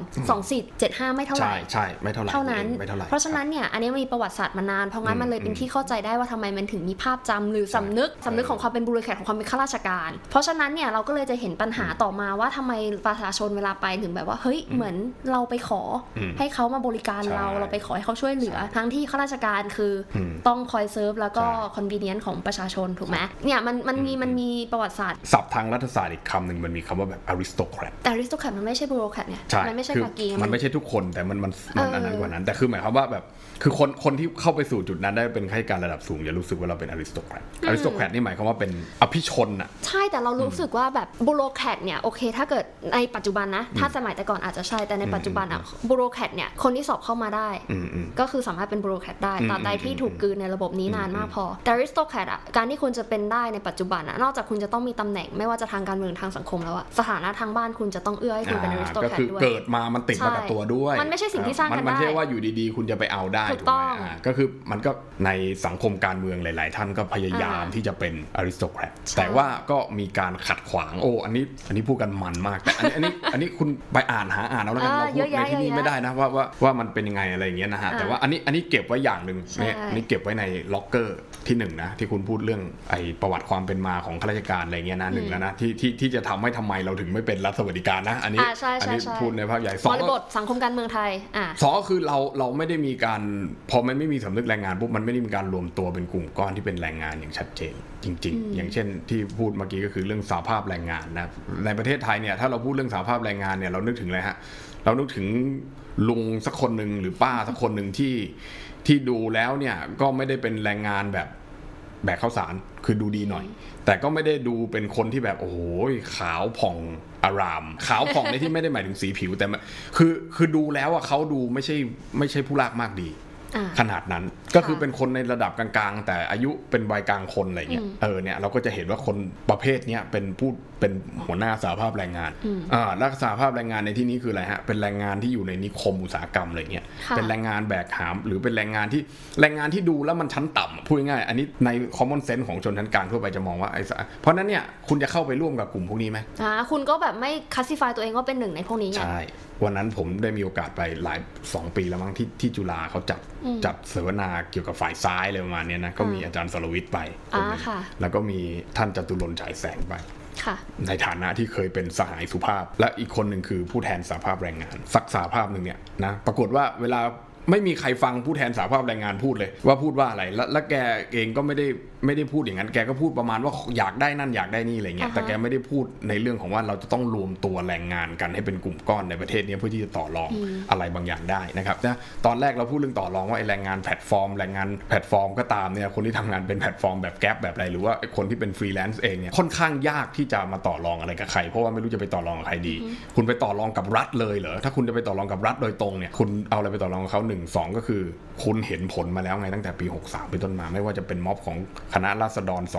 2475ไม่เท่าไหร่ใช่ไม่เท่าไหร่เท่านั้นเพราะฉะนั้นเนี่ยอันนี้มีประวัติศาสตร์มานานเพราะงั้นมันเลยเป็นที่เข้าใจได้ว่าทำไมมันถึงมีภาพจำหรือสำนึกของความเป็นบุรุษแขกของความเป็นข้าราชการเพราะฉะนั้นเนี่ยเราก็เลยจะเห็นปัญหาต่อมาว่าทำไมประชาชนเวลาไปถึงแบบว่าเฮ้ยเหมือนเราไปขอให้เขามาบริการเราไปขอให้เขาช่วยเหลือทั้งที่ข้าราชการคือต้องคอยเซิร์ฟแล้วก็คอนวีเนียนซ์ของประชาชนถูกไหมเนี่ยมันมีประวัติศาสตร์ศัพท์ทางรัฐศาสตร์อีกคำหนึ่งมันมีคำว่าแบบ aristocrat แต่ aristocrat มันไม่ใช่ bureaucrat เนี่ยมันไม่ใช่กากีมันไม่ใช่ทุกคนแต่มันอันนั้นกว่านั้นแต่คือหมายความว่าแบบคือคนที่เข้าไปสู่จุดนั้นได้เป็นข้าราชการระดับสูงจะรู้สึกว่าเราเป็น aristocrat นี่หมายความว่าเป็นอภิชนอ่ะใช่แต่เรารู้สึกว่าแบบ bureaucrat เนี่ยโอเคถ้าเกิดในปัจจุบันนะถ้าสมัยแต่ก่อนอาจจะใช่แต่ในปัจจุบันอ่ะ bureaucrat เนี่ยคนที่สอบเข้ามาได้ก็คือสามารถเป็น bureaucrat ได้ตราบใดที่ถูกกลืนในระบบนี้นานมากพอแต่ aristocrat อ่ะการที่คุณจะเป็นได้ในปัจจุบันอ่ะนอกจากคุณจะต้องมีตำแหน่งไม่ว่าจะทางการเมืองทางสังคมแล้วอ่ะสถานะทางบ้านคุณจะต้องเอื้อให้คุณเป็น aristocrat ด้วยก็คือเกิดมามันติดมากับตัวด้วยมันไม่ใช่สิ่งที่สร้างกันได้มันไม่ใช่ว่าอยู่ดีๆคุณจะไปเอาได้ถูกไหมก็คือมันก็ในสังคมการเมืองหลายๆท่านก็พยายามที่จะเป็น aristocrat แต่ว่าก็มีการขัดขวางอันนี้พูดกันมันมากแต่อันนี้คุณไปหาเอาแล้วกันเราพูดในที่นี้ไม่ได้นะว่ามันเป็นยังไงอะไรอย่างเงี้ยนะฮะแต่ว่าอันนี้เก็บไว้อย่างนึงเนี่ยอันนี้เก็บไว้ในล็อกเกอร์ที่1นะที่คุณพูดเรื่องไอ้ประวัติความเป็นมาของข้าราชการอะไรเงี้ยนะ1แล้วนะที่จะทำให้ทำไมเราถึงไม่เป็นรัฐสวัสดิการนะอันนี้พูดในภาพใหญ่บริบทสังคมการเมืองไทย 2ก็คือเราไม่ได้มีการพอมันไม่มีสำนึกแรงงานปุ๊บมันไม่ได้มีการรวมตัวเป็นกลุ่มก้อนที่เป็นแรงงานอย่างชัดเจนจริงๆอย่างเช่นที่พูดเมื่อกี้ก็คือเรื่องสหภาพแรงงานนะในประเทศไทยเนี่ยถ้าเราพูดเรื่องสหภาพแรงงานเนี่ยเรานึกถึงอะไรฮะเรานึกถึงลุงสักคนนึงหรือป้าสักคนนึงที่ดูแล้วเนี่ยก็ไม่ได้เป็นแรงงานแบบแบกข้าวสารคือดูดีหน่อยแต่ก็ไม่ได้ดูเป็นคนที่แบบโอ้โหขาวผ่องอารามขาวผ่องในที่ไม่ได้หมายถึงสีผิวแต่คือดูแล้วอ่ะเขาดูไม่ใช่ผู้ลากมากดีขนาดนั้นก็คือเป็นคนในระดับกลางๆแต่อายุเป็นวัยกลางคนอะไรเงี้ยเนี่ยเราก็จะเห็นว่าคนประเภทเนี้ยเป็นหัวหน้าสหภาพแรงงานและสหภาพแรงงานในที่นี้คืออะไรฮะเป็นแรงงานที่อยู่ในนิคมอุตสาหกรรมอะไรเงี้ยเป็นแรงงานแบกหามหรือเป็นแรงงานที่ดูแล้วมันชั้นต่ำพูดง่ายๆอันนี้ใน common sense ของชนชั้นกลางทั่วไปจะมองว่าเพราะนั้นเนี่ยคุณจะเข้าไปร่วมกับกลุ่มพวกนี้ไหมคุณก็แบบไม่ classify ตัวเองว่าเป็นหนึ่งในพวกนี้ใช่วันนั้นผมได้มีโอกาสไปหลาย2 ปีแล้วมั้งที่จุฬาเขาจัดเสวนาเกี่ยวกับฝ่ายซ้ายอะไรประมาณนี้นะก็มีอาจารย์สรวิทย์ไปแล้วก็มีท่านจตุรนต์ฉายแสงไปในฐานะที่เคยเป็นสหายสุภาพและอีกคนหนึ่งคือผู้แทนสหภาพแรงงานสักสหภาพหนึ่งเนี่ยนะปรากฏว่าเวลาไม่มีใครฟังผู้แทนสหภาพแรงงานพูดเลยว่าพูดว่าอะไรและแกเองก็ไม่ได้พูดอย่างนั้นแกก็พูดประมาณว่าอยากได้นั่นอยากได้นี่อะไรเงี้ยแต่แกไม่ได้พูดในเรื่องของว่าเราจะต้องรวมตัวแรงงานกันให้เป็นกลุ่มก้อนในประเทศนี้เพื่อที่จะต่อรองอะไรบางอย่างได้นะครับนะตอนแรกเราพูดเรื่องต่อรองว่าไอ้แรงงานแพลตฟอร์มก็ตามเนี่ยคนที่ทำงานเป็นแพลตฟอร์มแบบแก๊ปแบบอะไรหรือว่าคนที่เป็นฟรีแลนซ์เองเนี่ยค่อนข้างยากที่จะมาต่อรองอะไรกับใครเพราะว่าไม่รู้จะไปต่อรองกับใครดีคุณไปต่อรองกับรัฐเลยเหรอถ้าคุณจะไปต่อรองกับรัฐโดยตรงเนี่ยคุณเอาอะไรไปต่อรองกับเขา1 2ก็คือคุณเห็นผลมาแล้วไงตั้งแต่ปี63เป็นต้นมาไม่ว่าจะเป็นม็อบของคณะราษฎร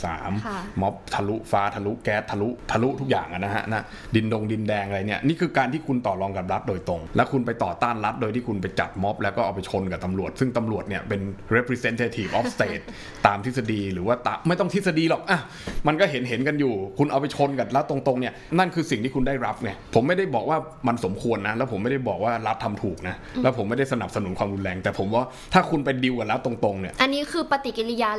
2563ม็อบทะลุฟ้าทะลุแก๊สทะลุทุกอย่างนะฮะนะดินแดงอะไรเนี่ยนี่คือการที่คุณต่อรองกับรัฐโดยตรงแล้วคุณไปต่อต้านรัฐโดยที่คุณไปจัดม็อบแล้วก็เอาไปชนกับตำรวจซึ่งตำรวจเนี่ยเป็น representative of state ตามทฤษฎีหรือว่าไม่ต้องทฤษฎีหรอกมันก็เห็นกันอยู่คุณเอาไปชนกับรัฐตรงๆเนี่ยนั่นคือสิ่งที่คุณได้รับไงผมไม่ได้บอกว่ามันสมควรนะแล้วผมไม่ได้บอกว่ารัฐทำถูกนะแล้วผมไม่ได้สนับสนุนความรุนแรงแต่ผมว่าถ้าคุณไปดีลกับรัฐตรงๆเนี่ยอันนี้คือปฏิกิริยา reaction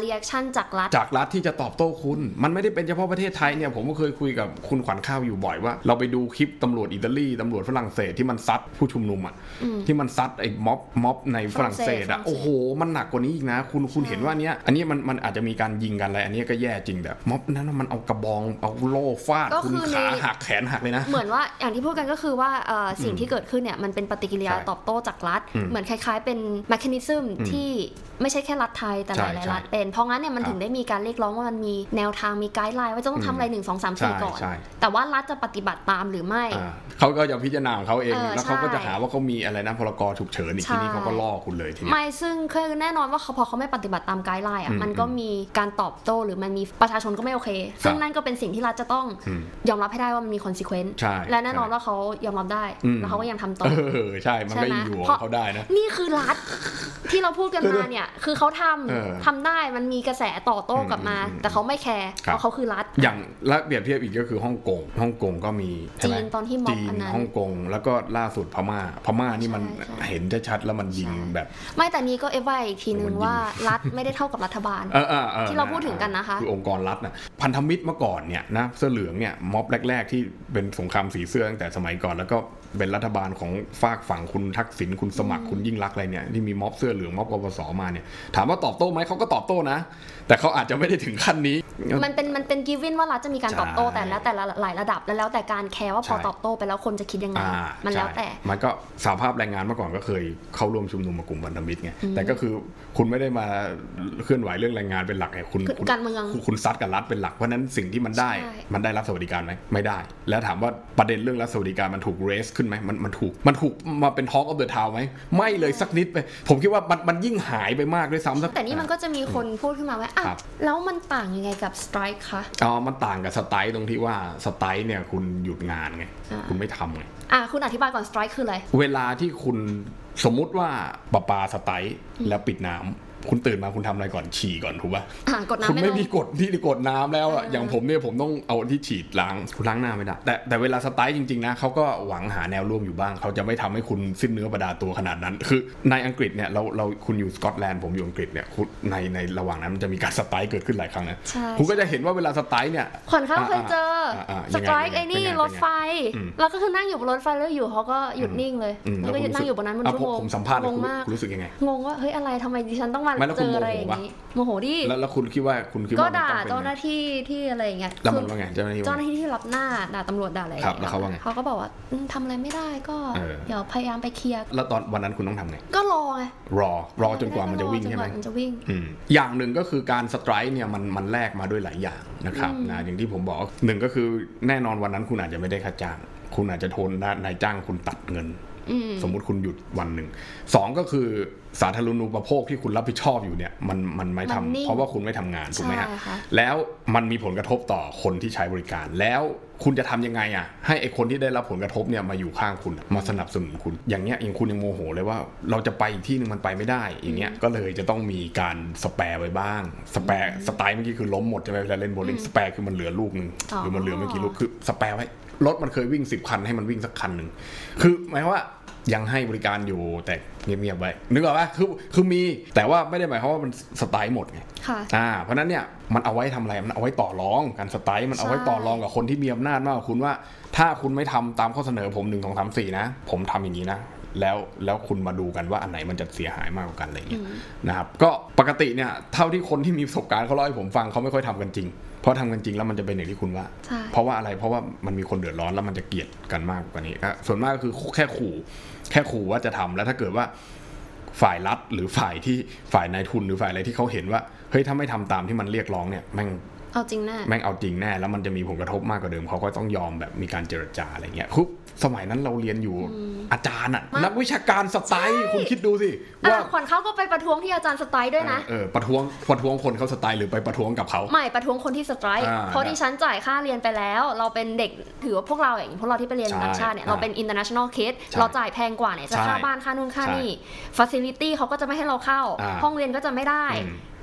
จากรัฐที่จะตอบโต้คุณมันไม่ได้เป็นเฉพาะประเทศไทยเนี่ยผมก็เคยคุยกับคุณขวัญข้าวอยู่บ่อยว่าเราไปดูคลิปตำรวจอิตาลีตำรวจฝรั่งเศสที่มันซัดผู้ชุมนุมที่มันซัดไอ้ม็อบในฝรั่งเศสโอ้โหมันหนักกว่านี้อีกนะคุณเห็นว่าเนี้ยอันนี้มันอาจจะมีการยิงกันอะไรอันนี้ก็แย่จริงแต่ม็อบนั้นมันเอากระบองเอาโล่ฟาดคุณขาหักแขนหักเลยนะเหมือนว่าอย่างที่พูดกันก็คือว่าสิ่งที่เกิดขึ้นเนี่ยมันเป็นปฏิกิริยาตอบโต้จากรัฐเหมือนคล้ายๆเป็นแมคานิซึมที่ไม่ใช่แค่รัฐไทยแต่หลายรัฐเป็นเพราะงั้นเนี่ยมันถึงได้มีการเรียกร้องว่ามันมีแนวทางมีไกด์ไลน์ว่าจะต้องทำอะไร1 2 3 4ก่อนแต่ว่ารัฐจะปฏิบัติตามหรือไม่เขาก็จะพิจารณาของเขาเองแล้วเขาก็จะหาว่าเขามีอะไรนะพรกฉุกเฉินอีกทีนี้เขาก็ล่อคุณเลยทีนี้ไม่ซึ่งคือแน่นอนว่าพอเขาไม่ปฏิบัติตามไกด์ไลน์มันก็มีการตอบโต้หรือมันมีประชาชนก็ไม่โอเคซึ่งนั่นก็เป็นสิ่งที่รัฐจะต้องยอมรับให้ได้ว่ามันมี consequence และแน่นอนว่าเขายอมรับได้แล้วเขาก็ยังทำต่อใช่มันก็อยู่ของเขาได้นะนี่คือรัฐที่เราพูดกันมาเนี่ยคือเขาทำได้มันมีกระแสต่อโต้กลับมาแต่เขาไม่แคร์เพราะเขาคือรัฐอย่างและเปรียบเทียบอีกก็คือฮ่องกงก็มีจีนตอนที่ม็อบอันนั้นฮ่องกงแล้วก็ล่าสุดพม่านี่มันเห็นชัดแล้วมันยิงแบบไม่แต่นี้ก็เอฟไว้อีกทีนึงว่ารัฐไม่ได้เท่ากับรัฐบาลที่เราพูดถึงกันนะคะคือองค์กรรัฐนะพันธมิตรเมื่อก่อนเนี่ยนะเสื้อเหลืองเนี่ยม็อบแรกๆที่เป็นสงครามสีเสื้อตั้งแต่สมัยก่อนแล้วก็เป็นรัฐบาลของฝากฝั่งคุณทักษิณคุณสมัครคุณยิ่งลักษณ์อะไรเนี่ยที่มีม็อบเสื้อเหลืองม็อบกปสมาเนี่ยถามว่าตอบโต้ไหมเขาก็ตอบโต้นะแต่เขาอาจจะไม่ได้ถึงขั้นนี้มันเป็นกิฟวินว่ารัฐจะมีการตอบโต้แต่ละหลายระดับแล้วแต่การแคร์ว่าพอตอบโต้ไปแล้วคนจะคิดยังไงมันแล้วแต่มันก็สหภาพแรงงานเมื่อก่อนก็เคยเข้าร่วมชุมนุมกับกลุ่มพันธมิตรไงแต่ก็คือคุณไม่ได้มาเคลื่อนไหวเรื่องแรงงานเป็นหลักไงคุณการเมืองคุณซัดกับรัฐเป็นหลักเพราะนั้นสิ่งที่มันได้รับสวัสดิการไหมไม่ได้แล้วถามว่าประเด็นเรื่องรัฐสวัสดิการมันถูกเรสขึ้นไหมมันถูกมาเป็น Talk of the Town ไหมไม่เลยสักนิดไปผมคิดว่ามันยิ่งหายไปมากด้วยซ้ำแต่นี่มันก็จะมีคนพูดขึ้นมาว่าแล้วมันต่างยังไงกับสไตร์คะมันต่างกับสไตร์ตรงที่ว่าสไตร์เนี่ยคุณหยุดงานไงคุณไม่ทำไงคุณอธิบายก่อนสไตร์คืออะไรเวลาที่คุณสมมุติว่าประปาสไตร์แล้วปิดน้ำคุณตื่นมาคุณทำอะไรก่อนฉี่ก่อนถูกป่ะคุณไม่มีกดที่กดน้ำแล้วอย่างผมเนี่ยผมต้องเอาที่ฉีดล้างหน้าไม่ได้แต่เวลาสไตล์จริงๆนะเขาก็หวังหาแนวร่วมอยู่บ้างเขาจะไม่ทำให้คุณสิ้นเนื้อประดาตัวขนาดนั้นคือในอังกฤษเนี่ยเราคุณอยู่สกอตแลนด์ผมอยู่อังกฤษเนี่ยในระหว่างนั้นมันจะมีการสไตล์เกิดขึ้นหลายครั้งนะคุณก็จะเห็นว่าเวลาสไตล์เนี่ยขวัญเขาเคยเจอสไตล์ไอ้นี่รถไฟแล้วก็คือนั่งอยู่บนรถไฟแล้วอยู่เขาก็หยุดนิ่งเลยแล้วก็นั่งอยู่บนนั้นมันชั่วโมงผมสัมภาษณ์คุณรู้สึกยังไงงงว่าเฮ้ยอะไรทำไมดิฉันต้องมาเจออะไรโมโหดิแล้วคุณคิดว่าก็ด่าเจ้าหน้าที่ที่อะไรอย่างเงี้ยแล้วมันว่าไงเจ้าหน้าที่ที่รับหน้าด่าตำรวจด่าอะไรครับแล้วเขาว่าไงเขาก็บอกว่าทำอะไรไม่ได้ก็เดี๋ยวพยายามไปเคลียร์แล้วตอนวันนั้นคุณต้องทำไงก็รอไงรอจนกว่ามันจะวิ่งใช่ไหมมันจะวิ่งอย่างหนึ่งก็คือการสไตร์เนี่ยมันแลกมาด้วยหลายอย่างนะครับนะอย่างที่ผมบอกหนึ่งก็คือแน่นอนวันนั้นคุณอาจจะไม่ได้ค่าจ้างคุณอาจจะโทนนายจ้างคุณตัดเงินสมมุติคุณหยุดวันหนึ่งสองก็คือสาธารณูปโภคที่คุณรับผิดชอบอยู่เนี่ยมันไม่ทำเพราะว่าคุณไม่ทำงานถูกไหมฮะแล้วมันมีผลกระทบต่อคนที่ใช้บริการแล้วคุณจะทำยังไงอ่ะให้ไอ้คนที่ได้รับผลกระทบเนี่ยมาอยู่ข้างคุณมาสนับสนุนคุณอย่างเงี้ยคุณยังโมโหเลยว่าเราจะไปอีกที่นึงมันไปไม่ได้อย่างเงี้ยก็เลยจะต้องมีการสแปร์ไว้บ้างสไตล์เมื่อกี้คือล้มหมดใช่ไหมเวลาเล่นโบว์ลิ่งสแปร์คือมันเหลือลูกนึงหรือมันเหลือไม่กี่ลูกคือสแปร์ไว้รถมันเคยวิ่ง10คันให้มันวิ่งสักคันนึงคือหมายว่ายังให้บริการอยู่แต่เงียบๆไว้นึกออกป่ะคือมีแต่ว่าไม่ได้หมายความว่ามันสไตล์หมดไงเพราะนั้นเนี่ยมันเอาไว้ทำอะไรมันเอาไว้ต่อรองการสไตล์มันเอาไว้ต่อรองกับคนที่มีอำนาจมากกว่าคุณว่าถ้าคุณไม่ทำตามข้อเสนอผม1 2 3 4นะผมทำอย่างนี้นะแล้วคุณมาดูกันว่าอันไหนมันจะเสียหายมากกว่ากันอะไรอย่างเงี้ยนะครับก็ปกติเนี่ยเท่าที่คนที่มีประสบการณ์เขาเล่าให้ผมฟังเขาไม่ค่อยทำกันจริงเพราะทำกันจริงแล้วมันจะเป็นอย่างที่คุณว่าเพราะว่าอะไรเพราะว่ามันมีคนเดือดร้อนแล้วมันจะเกลียดกันมากกว่านี้ส่วนมากก็คือแค่ขู่ว่าจะทำแล้วถ้าเกิดว่าฝ่ายรัฐหรือฝ่ายนายทุนหรือฝ่ายอะไรที่เขาเห็นว่าเฮ้ยถ้าไม่ทำตามที่มันเรียกร้องเนี่ยแม่งเอาจริงแน่แล้วมันจะมีผลกระทบมากกว่าเดิมเขาก็ต้องยอมแบบมีการเจรจาอะไรเงี้ยคือสมัยนั้นเราเรียนอยู่อาจารย์นักวิชาการสไตล์คุณคิดดูสิว่าขวัญเขาก็ไปประท้วงที่อาจารย์สไตล์ด้วยนะประท้วงคนเขาสไตล์หรือไปประท้วงกับเขาไม่ประท้วงคนที่สไตล์เพราะที่ฉันจ่ายค่าเรียนไปแล้วเราเป็นเด็กถือว่าพวกเราที่ไปเรียนต่างชาติเนี่ยเราเป็น international kid เราจ่ายแพงกว่าเนี่ยจะค่าบ้านค่านู่นค่านี่ facility เขาก็จะไม่ให้เราเข้าห้องเรียนก็จะไม่ได้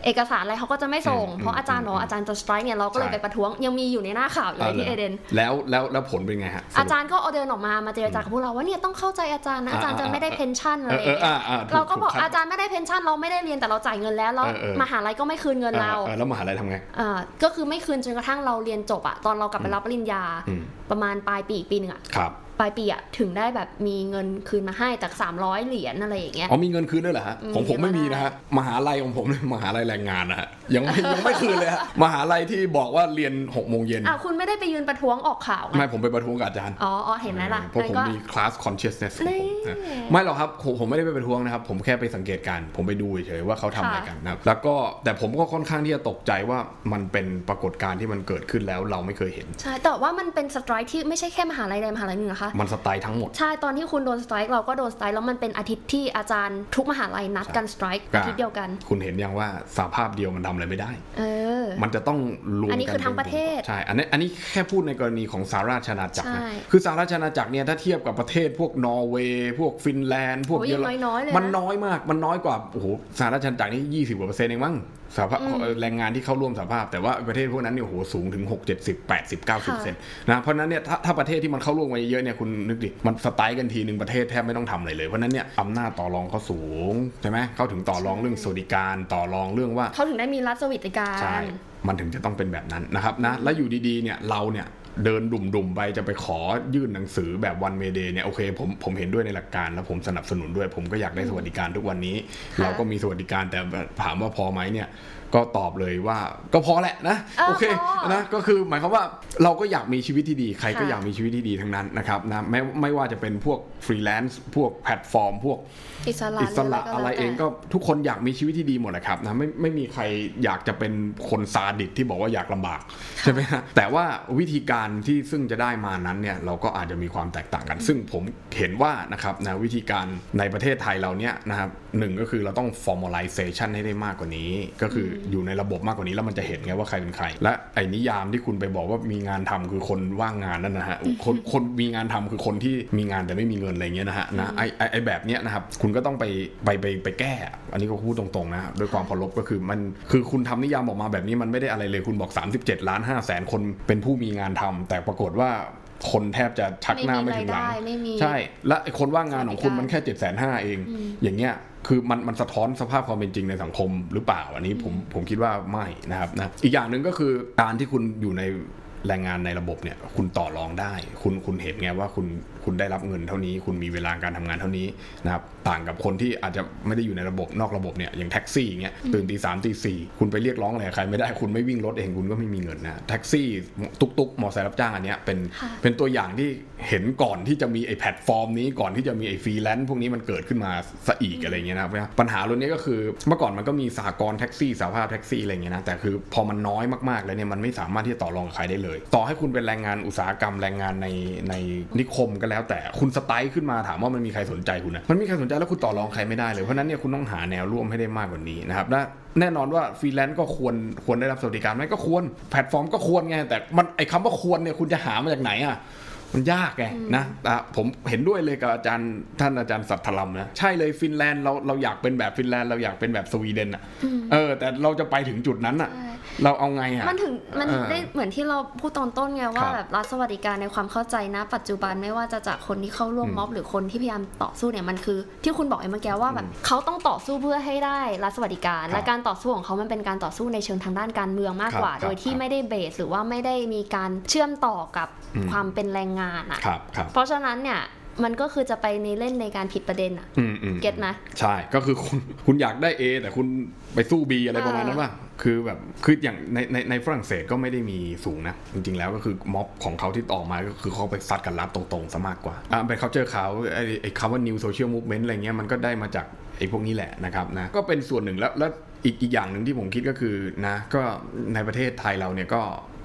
เอกสารอะไรเขาก็จะไม่ส่งเพราะอาจารย์บอกอาจารย์จะสไตรค์เนี่ยเราก็เลยไปประท้วงยังมีอยู่ในหน้าข่าวอยู่ที่เอเดนแล้วผลเป็นไงฮะอาจารย์ก็เอาเดินออกมาเจรจากับพวกเราว่าเนี่ยต้องเข้าใจอาจารย์นะอาจารย์จะไม่ได้เพนชั่นอะไรเราก็บอกอาจารย์ไม่ได้เพนชั่นเราไม่ได้เรียนแต่เราจ่ายเงินแล้วมหาลัยก็ไม่คืนเงินเราแล้วมหาลัยทำไงก็คือไม่คืนจนกระทั่งเราเรียนจบอะตอนเรากลับไปรับปริญญาประมาณปลายปีอีกปีนึงอะปลายปีอะถึงได้แบบมีเงินคืนมาให้จาก300เหรียญอะไรอย่างเงี้ยมีเงินคืนด้วยเหรอฮะของผมไม่มีนะฮะมหาลัยของผมเลยมหาลัยแรงงานนะฮะยังไม่คืนเลยฮะมหาลัยที่บอกว่าเรียน6 โมงเย็นคุณไม่ได้ไปยืนประท้วงออกข่าวไม่ผมไปประท้วงกับอาจารย์เห็นไหมล่ะเพราะผมมี class consciousness ของผมไม่หรอกครับผมไม่ได้ไปประท้วงนะครับผมแค่ไปสังเกตการผมไปดูเฉยๆว่าเขาทำอะไรกันนะแล้วก็แต่ผมก็ค่อนข้างที่จะตกใจว่ามันเป็นปรากฏการณ์ที่มันเกิดขึ้นแล้วเราไม่เคยเห็นใช่แต่ว่ามันเป็นสไตรค์ที่ไม่ใช่แค่มหาลัยใดมหาลัยหนึ่งนะคะมันสไตล์ทั้งหมดใช่ตอนที่คุณโดนสไตรค์เราก็โดนสไตรค์แล้วมันเป็นอาทิตย์ที่อาจารย์ทุกมหาลัยนัดกันสไตรค์อาทิตย์เดียวกันคุณเห็นยังว่าสภาพเดียวมันทำอะไรไม่ได้มันจะต้องรวมกันอันนี้คือทั้งประเทศใช่อันนี้แค่พูดในกรณีของสหราชอาณาจักรนะคือสหราชอาณาจักรเนี่ยถ้าเทียบกับประเทศพวกนอร์เวย์พวกฟินแลนด์พวกเยอรมันมันน้อยมากมันน้อยกว่าโอ้โหสหราชอาณาจักรนี่20%เองมั้งสภาพแรงงานที่เข้าร่วมสภาพแต่ว่าประเทศพวกนั้นเนี่ยโอ้โหสูงถึง6 70 80 90%นะเพราะนั้นเนี่ยถ้าประเทศที่มันเข้าร่วมมาเยอะเนี่ยคุณนึกดิมันสไตล์กันทีนึงประเทศแทบไม่ต้องทำอะไรเลยเพราะนั้นเนี่ยอำนาจต่อรองเขาสูงใช่ไหมเข้าถึงต่อรองเรื่องสวัสดิการต่อรองเรื่องว่าเขาถึงได้มีรัฐสวัสดิการใช่มันถึงจะต้องเป็นแบบนั้นนะครับนะแล้วอยู่ดีๆเนี่ยเราเนี่ยเดินดุ่มๆไปจะไปขอยื่นหนังสือแบบวันเมเดย์เนี่ยโอเคผมเห็นด้วยในหลักการแล้วผมสนับสนุนด้วยผมก็อยากได้สวัสดิการทุกวันนี้เราก็มีสวัสดิการแต่ถามว่าพอไหมเนี่ยก็ตอบเลยว่าก็พอแหละนะโอเคนะก็คือหมายความว่าเราก็อยากมีชีวิตที่ดีใครก็อยากมีชีวิตที่ดีทั้งนั้นนะครับนะไม่ว่าจะเป็นพวกฟรีแลนซ์พวกแพลตฟอร์มพวกอิสระอะไรเองก็ทุกคนอยากมีชีวิตที่ดีหมดแหละครับนะไม่มีใครอยากจะเป็นคนซาดิสที่บอกว่าอยากลำบากใช่ไหมฮะแต่ว่าวิธีการที่ซึ่งจะได้มานั้นเนี่ยเราก็อาจจะมีความแตกต่างกันซึ่งผมเห็นว่านะครับนะวิธีการในประเทศไทยเราเนี่ยนะครับหนึ่งก็คือเราต้อง formalization ให้ได้มากกว่านี้ก็คืออยู่ในระบบมากกว่านี้แล้วมันจะเห็นไงว่าใครเป็นใครและไอ้นิยามที่คุณไปบอกว่ามีงานทำคือคนว่างงานนั่นนะฮะคนมีงานทำคือคนที่มีงานแต่ไม่มีเงินอะไรเงี้ยนะฮะนะไอ้แบบเนี้ยนะครับคุณก็ต้องไปแก้อันนี้ก็พูดตรงๆนะด้วยความเคารพก็คือมันคือคุณทำนิยามออกมาแบบนี้มันไม่ได้อะไรเลยคุณบอก37.5 ล้านคนเป็นผู้มีงานทำแต่ปรากฏว่าคนแทบจะชักหน้าไม่ถึงหลังใช่และไอ้คนว่างงานของคุณมันแค่750,000เองอย่างเงี้ยคือมันสะท้อนสภาพความเป็นจริงในสังคมหรือเปล่าอันนี้ผมคิดว่าไม่นะครับนะอีกอย่างนึงก็คือการที่คุณอยู่ในแรงงานในระบบเนี่ยคุณต่อรองได้คุณเห็นไงว่าคุณได้รับเงินเท่านี้คุณมีเวลาการทำงานเท่านี้นะครับต่างกับคนที่อาจจะไม่ได้อยู่ในระบบนอกระบบเนี่ยอย่างแท็กซี่อย่างเงี้ยตื่นตี 3 ตี 4คุณไปเรียกร้องอะไรใครไม่ได้คุณไม่วิ่งรถเองคุณก็ไม่มีเงินนะแท็กซี่ตุ๊กมอเตอร์ไซค์รับจ้างอันเนี้ยเป็นตัวอย่างที่เห็นก่อนที่จะมีไอ้แพลตฟอร์มนี้ก่อนที่จะมีไอ้ฟรีแลนซ์พวกนี้มันเกิดขึ้นมาซะอีกอะไรเงี้ยนะครับปัญหาเรื่องนี้ก็คือเมื่อก่อนมันก็มีสหกรณ์แท็กซี่สหภาพแท็กซี่อะไรเงี้ยนะแต่คือพอมันน้อยมากๆแล้วเนี่ยมันไม่สามารถที่จะต่อรองกับใครได้เลยต่อให้คุณเป็นแรงงานอุตสาหกรรมแรงงานในนิคมก็แล้วแต่คุณสไตล์ขึ้นมาถามว่ามันมีใครสนใจคุณนะมันมีใครสนใจแล้วคุณต่อรองใครไม่ได้เลยเพราะนั้นเนี่ยคุณต้องหาแนวร่วมให้ได้มากกว่านี้นะครับแน่นอนว่าฟรีแลนซ์ก็ควรได้รับสวัสดิการไหมก็ควรแพลตฟอร์มก็ควรไงแต่มันไอ้คำว่าควรเนี่ยคุณจะหามาจากไหนอ่ะมันยากไงนะผมเห็นด้วยเลยกับท่านอาจารย์สัทธลัมนะใช่เลยฟินแลนด์เราอยากเป็นแบบฟินแลนด์เราอยากเป็นแบบสวีเดนอ่ะแต่เราจะไปถึงจุดนั้นอ่ะเราเอาไงอ่ะมันได้เหมือนที่เราพูดตอนต้นไงว่าแบบรัฐสวัสดิการในความเข้าใจนะปัจจุบันไม่ว่าจะจากคนที่เข้าร่วมม็อบหรือคนที่พยายามต่อสู้เนี่ยมันคือที่คุณบอกเมื่อกี้ว่าแบบเขาต้องต่อสู้เพื่อให้ได้รัฐสวัสดิการและการต่อสู้ของเขามันเป็นการต่อสู้ในเชิงทางด้านการเมืองมากกว่าโดยที่ไม่ได้เบสหรือว่าไม่ได้มีการเชื่อมต่อกับความเป็นแรงงานอ่ะเพราะฉะนั้นเนี่ยมันก็คือจะไปในเล่นในการผิดประเด็นอ่ะเก็ตไหมใช่ก็คือคุณอยากได้ A แต่คุณไปสู้ B อะไรประมาณนั้นป่ะคือแบบคืออย่างในฝรั่งเศสก็ไม่ได้มีสูงนะจริงๆแล้วก็คือม็อบของเขาที่ต่อมาก็คือเขาไปซัดกันรัฐตรงๆซะมากกว่าไปเขาเจอเขาไอ้คำว่า New Social Movement อะไรเงี้ยมันก็ได้มาจากไอ้พวกนี้แหละนะครับนะก็เป็นส่วนหนึ่งแล้วอีกอย่างหนึ่งที่ผมคิดก็คือนะก็ในประเทศไทยเราเนี่ยก็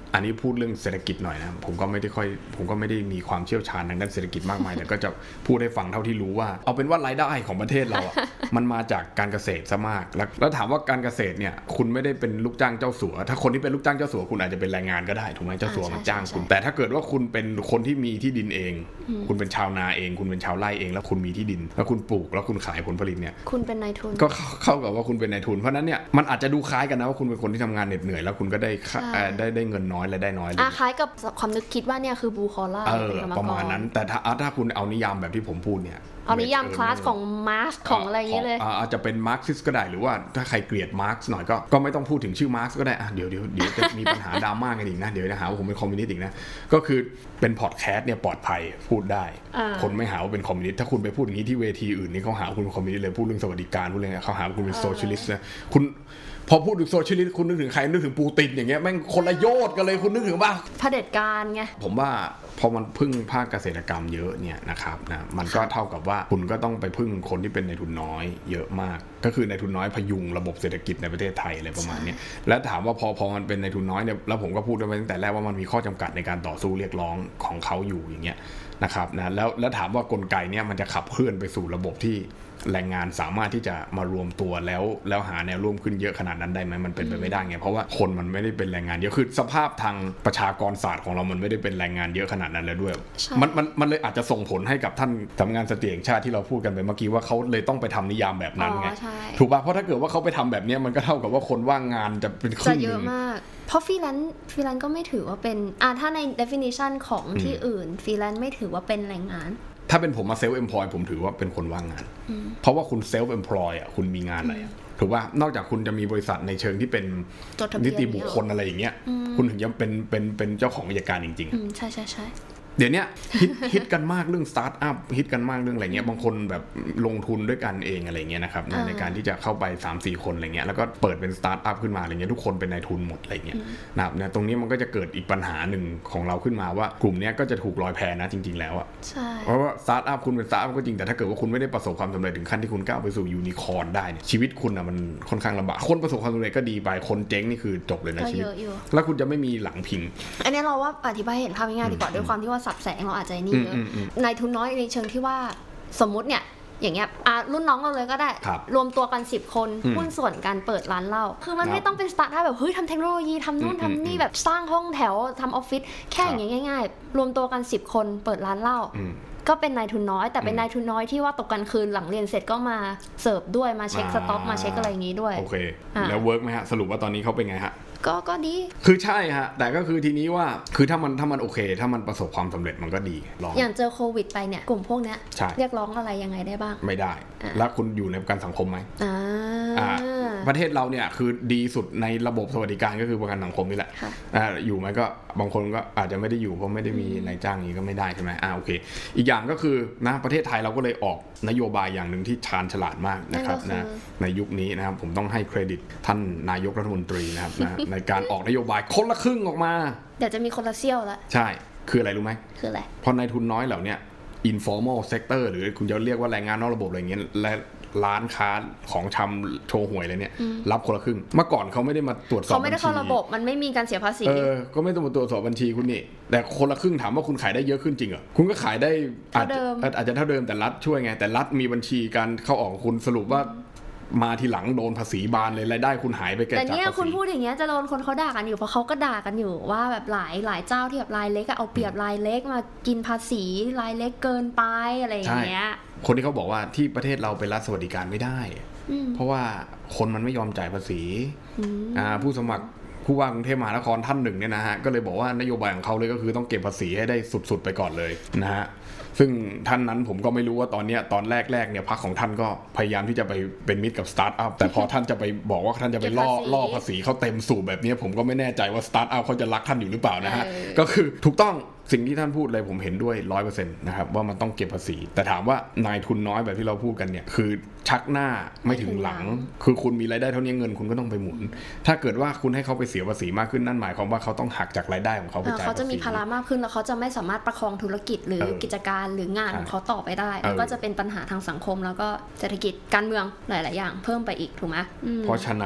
อันนี้พูดเรื่องเศรษฐกิจหน่อยนะผมก็ไม่ได้มีความเชี่ยวชาญทางด้านเศรษฐกิจมากมาย แต่ก็จะพูดให้ฟังเท่าที่รู้ว่าเอาเป็นว่ารายได้ของประเทศเราอ่ะ มันมาจากการเกษตรซะมากแล้วถามว่าการเกษตรเนี่ยคุณไม่ได้เป็นลูกจ้างเจ้าสัวถ้าคนที่เป็นลูกจ้างเจ้าสัวคุณอาจจะเป็นแรงงานก็ได้ถูกไหมเจ้าสัวมาจ้างคุณแต่ถ้าเกิดว่าคุณเป็นคนที่มีที่ดินเองคุณเป็นชาวนาเองคุณเป็นชาวไร่เองแล้วคุณมีที่ดินแล้วคุณปลูกแล้วคุณขายผลผลิตเนี่ยคุณเป็นนายทุนก็เข้ากับว่าคุณเป็นนายทุนเพราะนั้นเนี่ยมันอาจจะดูคล้ายกันนะว่าคุณเป็นคนที่ทำงานเหน็ดเหนื่อยแล้วคุณก็ได้เงินน้อยและได้น้อยคล้ายกับความนึกคิดว่าเนี่ยคือบูคอล่าประมาณนั้นแต่ถ้าคุณเอานิยามแบบที่ผมพูดเนี่ยเอานิยามคลาสของมาร์กของอะไรอย่างเงี้ยเลยอาจจะเป็นมาร์กซิสก็ได้หรือว่าถ้าใครเกลียดมาร์กหน่อยก็ไม่ต้องพูดถึงชื่อมาร์กก็ได้เดี๋ยวจะมีปัญหาดราม่ากันอีกนะเดี๋ยวจะหาว่าผมเป็นคอมมิวนิสต์อีกนะก็คือเป็นพอดแคสต์เนี่ยปลอดภัยพูดได้คนไม่หาว่าเป็นคอมมิวนิสต์ถ้าคุณไปพูดอย่างนี้ที่เวทีอื่นนี่เขาหาว่าคุณเป็นคอมมิวนิสต์เลยพูดเรื่องสวัสดิการพูดเรื่องเขาหาว่าคุณเป็นโซเชียลิสต์นะคุณพอพูดถึงโซเชียลิสต์คุณนึกถึงใครนึกถึงปูตินอย่างเงี้ยแม่งคนละโยชน์กันเลยคุณนึกถึงป่ะเผด็จการไงผมว่าพอมันพึ่งภาคเกษตรกรรมเยอะเนี่ยนะครับนะมันก็เท่ากับว่าคุณก็ต้องไปพึ่งคนที่เป็นนายทุนน้อยเยอะมากก็คือนายทุนน้อยพยุงระบบเศรษฐกิจในประเทศไทยอะไรประมาณนี้และถามว่าพอมันเป็นนายทุนน้อยเนี่ยแล้วผมก็พูดไปตั้งแต่แรกว่ามันมีข้อจำกัดในการต่อสู้เรียกร้องของเขาอยู่อย่างเงี้ยนะครับนะแล้วถามว่ากลไกเนี่ยมันจะขับเคลื่อนไปสู่ระบบที่แรงงานสามารถที่จะมารวมตัวแล้วหาแนวร่วมขึ้นเยอะขนาดนั้นได้ไหมมันเป็นไปไม่ได้ไงเพราะว่าคนมันไม่ได้เป็นแรงงานเยอะคือสภาพทางประชากรศาสตร์ของเรามันไม่ได้เป็นแรงงานเยอะขนาดนั้นแล้วด้วยมันเลยอาจจะส่งผลให้กับท่านสำนักงานสถิติแห่งชาติที่เราพูดกันไปเมื่อกี้ว่าเขาเลยต้องไปทำนิยามแบบนั้นไงถูกป่ะเพราะถ้าเกิดว่าเขาไปทำแบบนี้มันก็เท่ากับว่าคนว่างงานจะเป็นครึ่งนึงเยอะมากเพราะฟรีแลนซ์ก็ไม่ถือว่าเป็นถ้าใน definition ของที่อื่นฟรีแลนซ์ไม่ถือว่าเป็นแรงงานถ้าเป็นผมมาเซลฟ์เอ็มพลอยผมถือว่าเป็นคนว่างงานเพราะว่าคุณเซลฟ์เอ็มพลอยคุณมีงานอะไรถูกป่ะนอกจากคุณจะมีบริษัทในเชิงที่เป็นนิติบุคคลอะไรอย่างเงี้ยคุณถึงจะเป็นเจ้าของกิจการจริงๆใช่ใช่ใช่เดี๋ยวนี้ฮิตกันมากเรื่องสตาร์ทอัพฮิตกันมากเรื่องอะไรเงี้ยบางคนแบบลงทุนด้วยกันเองอะไรเงี้ยนะครับในการที่จะเข้าไป 3-4 คนอะไรเงี้ยแล้วก็เปิดเป็นสตาร์ทอัพขึ้นมาอะไรเงี้ยทุกคนเป็นนายทุนหมดอะไรเงี้ยนะครับเนี่ยตรงนี้มันก็จะเกิดอีกปัญหาหนึ่งของเราขึ้นมาว่ากลุ่มนี้ก็จะถูกลอยแพนะจริงๆแล้วอ่ะใช่เพราะว่าสตาร์ทอัพคุณเป็นสตาร์ทอัพก็จริงแต่ถ้าเกิดว่าคุณไม่ได้ประสบความสำเร็จถึงขั้นที่คุณก้าวไปสู่ยูนิคอร์นได้เนี่ยชีวิตคุณอ่ะมันค่อนข้างลำบากคนประสบความสำเร็จก็ดีไปคนเจ๊งนี่คือจบเลยนะชีวิตแล้วคุณจะไม่มีหลังพิงอันนี้เราว่าอธิบายเห็นภาพง่ายๆดีกว่าด้วยความที่ว่าสับแสงเราอาจจะนายทุนน้อยในเชิงที่ว่าสมมุติเนี่ยอย่างเงี้ยรุ่นน้องเราเลยก็ได้รวมตัวกัน10คนหุ้นส่วนกันเปิดร้านเหล้าคือมันไม่ต้องเป็นสตาร์ทอัพแบบเฮ้ยทำเทคโนโลยีทำนู่นทำนี่แบบสร้างห้องแถวทำออฟฟิศแค่อย่างเงี้ยง่ายๆรวมตัวกัน10คนเปิดร้านเหล้าก็เป็นนายทุนน้อยแต่เป็นนายทุนน้อยที่ว่าตกกลางคืนหลังเรียนเสร็จก็มาเสิร์ฟด้วยมาเช็คสต็อกมาเช็คอะไรอย่างงี้ด้วยโอเคแล้วเวิร์กไหมฮะสรุปว่าตอนนี้เขาเป็นไงฮะก็ดีคือใช่ฮะแต่ก็คือทีนี้ว่าคือถ้ามันโอเคถ้ามันประสบความสำเร็จมันก็ดีอย่างเจอโควิดไปเนี่ยกลุ่มพวกเนี้ยเรียกร้องอะไรยังไงได้บ้างไม่ได้แล้วคุณอยู่ในประกันสังคมไหมประเทศเราเนี่ยคือดีสุดในระบบสวัสดิการก็คือประกันสังคมนี่แหละอยู่ไหมก็บางคนก็อาจจะไม่ได้อยู่เพราะไม่ได้มีนายจ้างนี้ก็ไม่ได้ใช่ไหมโอเคอีกอย่างก็คือนะประเทศไทยเราก็เลยออกนโยบายอย่างหนึ่งที่ชาญฉลาดมากนะครับนะในยุคนี้นะครับผมต้องให้เครดิตท่านนายกรัฐมนตรีนะครับนะในการออกนโยบายคนละครึ่งออกมาเดี๋ยวจะมีคนละเซี่ยวละใช่คืออะไรรู้ไหมคืออะไรเพราะนายทุนน้อยเหล่านี้ informal sector หรือคุณจะเรียกว่าแรงงานนอกระบบอะไรเงี้ยและร้านค้าของชำโชว์หวยอะไรเนี่ยรับคนละครึ่งเมื่อก่อนเขาไม่ได้มาตรวจสอบเขาไม่ได้เข้าระบบมันไม่มีการเสียภาษีก็ไม่ต้องมาตรวจสอบบัญชีคุณนี่แต่คนละครึ่งถามว่าคุณขายได้เยอะขึ้นจริงเหรอคุณก็ขายได้อาจจะเท่าเดิมแต่รัฐช่วยไงแต่รัฐมีบัญชีการเข้าออกคุณสรุปว่ามาทีหลังโดนภาษีบานเลยรายได้คุณหายไปแก่จากภาษีแต่เนี่ยคุณพูดอย่างเงี้ยจะโดนคนเขาด่ากันอยู่เพราะเขาก็ด่ากันอยู่ว่าแบบหลายเจ้าที่แบบรายเล็กเอาเปรียบรายเล็กมากินภาษีรายเล็กเกินไปอะไรอย่างเงี้ยคนที่เขาบอกว่าที่ประเทศเราเป็นรัฐสวัสดิการไม่ได้เพราะว่าคนมันไม่ยอมจ่ายภาษีผู้สมัครผู้ว่ากรุงเทพมหานครท่านหนึ่งเนี่ยนะฮะก็เลยบอกว่านโยบายของเขาเลยก็คือต้องเก็บภาษีให้ได้สุดๆไปก่อนเลยนะฮะซึ่งท่านนั้นผมก็ไม่รู้ว่าตอนแรกเนี่ยพรรคของท่านก็พยายามที่จะไปเป็นมิตรกับสตาร์ทอัพแต่พอท่านจะไปบอกว่าท่านจะไปล่อภาษีเขาเต็มสูบแบบนี้ผมก็ไม่แน่ใจว่าสตาร์ทอัพเขาจะรักท่านอยู่หรือเปล่านะฮะก็คือถูกต้องสิ่งที่ท่านพูดเลยผมเห็นด้วย 100% นะครับว่ามันต้องเก็บภาษีแต่ถามว่านายทุนน้อยแบบที่เราพูดกันเนี่ยคือชักหน้าไม่ถึงหลังคือคุณมีรายได้เท่านี้เงินคุณก็ต้องไปหมุนถ้าเกิดว่าคุณให้เขาไปเสียภาษีมากขึ้นนั่นหมายความว่าเขาต้องหักจากรายได้ของเขาไปจ่ายภาษีเขาจะมีภาระมากขึ้นแล้วเขาจะไม่สามารถประคองธุรกิจหรือกิจการหรืองานของเขาต่อไปได้แล้วก็จะเป็นปัญหาทางสังคมแล้วก็เศรษฐกิจการเมืองหลายๆอย่างเพิ่มไปอีกถูกไหมเพราะฉะนั้นเนี่ย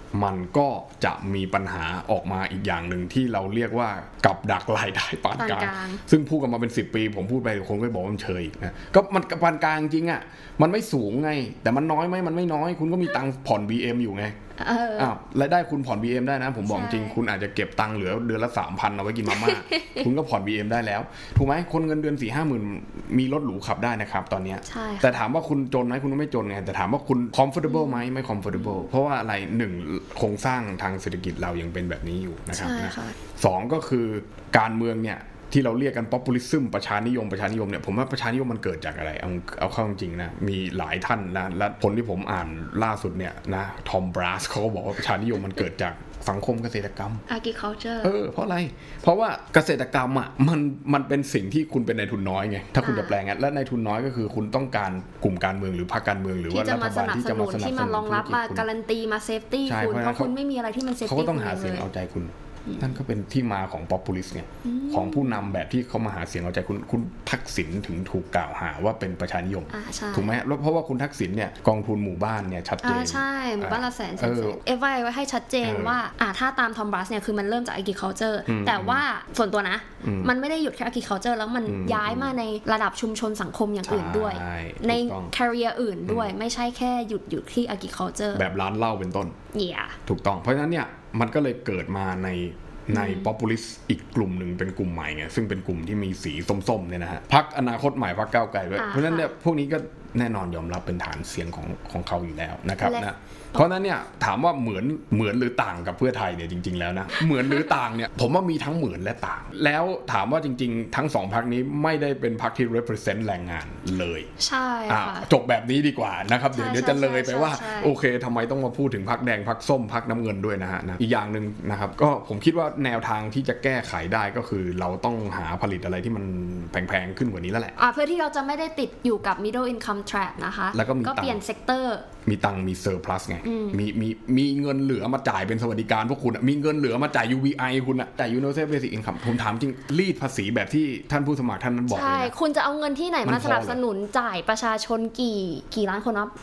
มันก็จะมีปัญหาออกมาอีกอย่างหนึ่งที่เราเรียกว่ากับดักรายได้ปานกลางซึ่งพูดกันมาเป็น10 ปีผมพูดไปคนก็บอกว่ามันเชยอีกนะก็มันปานกลางจริงอ่ะมันไม่สูงไงแต่มันน้อยไหมมันไม่น้อยคุณก็มีตังค์ผ่อน BM อยู่ไงรายได้คุณผ่อน BM ได้นะผมบอกจริงคุณอาจจะเก็บตังค์เหลือเดือนละ 3,000 เอาไว้กินมาม่า คุณก็ผ่อน BM ได้แล้วถูกไหมคนเงินเดือน 4-5 หมื่นมีรถหรูขับได้นะครับตอนนี้แต่ถามว่าคุณจนไหมคุณก็ไม่จนไงแต่ถามว่าคุณ comfortable ไหมไม่ comfortable เพราะว่าอะไร1โครงสร้างทางเศรษฐกิจเรายังเป็นแบบนี้อยู่นะครับนะ2ก็คือการเมืองเนี่ยที่เราเรียกกัน populism ประชานิยมเนี่ยผมว่าประชานิยมมันเกิดจากอะไรเอาเข้าจริงนะมีหลายท่านนะและผลที่ผมอ่านล่าสุดเนี่ยนะทอมบราสเขาก็บอกว่าประชานิยมมันเกิดจากสังคมเกษตรกรรม agriculture เพราะอะไรเพราะว่าเกษตรกรรมอ่ะมันเป็นสิ่งที่คุณเป็นนายทุนน้อยไงถ้าคุณจะแปลงและนายทุนน้อยก็คือคุณต้องการกลุ่มการเมืองหรือพรรคการเมืองหรือว่ารัฐบาลที่จะมาสนับสนุนที่มารองรับมาการันตีมาเซฟตี้คุณเพราะคุณไม่มีอะไรที่มันเซฟตี้เขาก็ต้องหาเสียงเอาใจคุณนั่นก็เป็นที่มาของ populist ไงของผู้นำแบบที่เขามาหาเสียงเอาใจคุณทักษิณถึงถูกกล่าวหาว่าเป็นประชานิยมถูกไหมแล้วเพราะว่าคุณทักษิณเนี่ยกองทุนหมู่บ้านเนี่ยชัดเจนใช่หมู่บ้านละแสนไว้ให้ชัดเจนว่าถ้าตามทอมบรัสเนี่ยคือมันเริ่มจาก agriculture แต่ว่าส่วนตัวนะมันไม่ได้หยุดแค่ agriculture แล้วมันย้ายมาในระดับชุมชนสังคมอย่างอื่นด้วยใน career อื่นด้วยไม่ใช่แค่หยุดที่ agriculture แบบร้านเหล้าเป็นต้นถูกต้องเพราะฉะนั้นเนี่ยมันก็เลยเกิดมาใน populist อีกกลุ่มหนึ่งเป็นกลุ่มใหม่ไงซึ่งเป็นกลุ่มที่มีสีส้มๆเนี่ยนะฮะพรรคอนาคตใหม่พรรคก้าวไกลด้วยเพราะฉะนั้นเนี่ยพวกนี้ก็แน่นอนยอมรับเป็นฐานเสียงของเขาอยู่แล้วนะครับนะเพราะนั้นเนี่ยถามว่าเหมือนหรือต่างกับเพื่อไทยเนี่ยจริงๆแล้วนะเหมือนหรือต่างเนี่ยผมว่ามีทั้งเหมือนและต่างแล้วถามว่าจริงๆทั้ง2พรรคนี้ไม่ได้เป็นพรรคที่ represent แรงงานเลยใช่ค่ะจบแบบนี้ดีกว่านะครับเดี๋ยวจะเลยไปว่าโอเคทำไมต้องมาพูดถึงพรรคแดงพรรคส้มพรรคน้ำเงินด้วยนะฮะอีกอย่างนึงนะครับก็ผมคิดว่าแนวทางที่จะแก้ไขได้ก็คือเราต้องหาผลิตอะไรที่มันแพงๆขึ้นกว่านี้แล้วแหละเพื่อที่เราจะไม่ได้ติดอยู่กับ middle income trap นะคะแล้วก็เปลี่ยนเซกเตอร์มีตังค์มีเซอร์พลัสไงมีเงินเหลือมาจ่ายเป็นสวัสดิการพวกคุณมีเงินเหลือมาจ่าย UBI คุณจ่าย Universal Basic Income ผมถามจริงรีดภาษีแบบที่ท่านผู้สมัครท่านนั้นบอกเลยนะใช่คุณจะเอาเงินที่ไหนมาสนับสนุนจ่ายประชาชนกี่ล้านคนนะ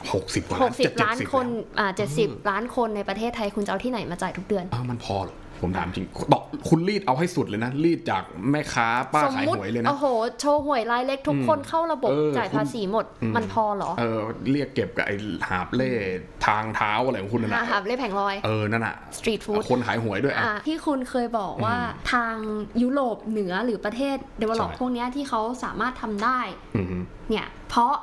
60 ล้านคน70 ล้านคนในประเทศไทยคุณจะเอาที่ไหนมาจ่ายทุกเดือนมันพอหรอผมถามจริงคุณรีดเอาให้สุดเลยนะรีดจากแม่ค้าป้าขายหวยเลยนะโอ้โหโชว์หวยรายเล็กทุกคนเข้าระบบจ่ายภาษีหมดมันพอเหรอเรียกเก็บกับไอ้หาบเล่ทางเท้าอะไรของคุณนั่นนะหาบเล่แผงลอยนั่นน่ะสตรีทฟู้ดคนขายหวยด้วยที่คุณเคยบอกว่าทางยุโรปเหนือหรือประเทศเดเวลลอปพวกนี้ที่เขาสามารถทำได้เนี่ยเพราะ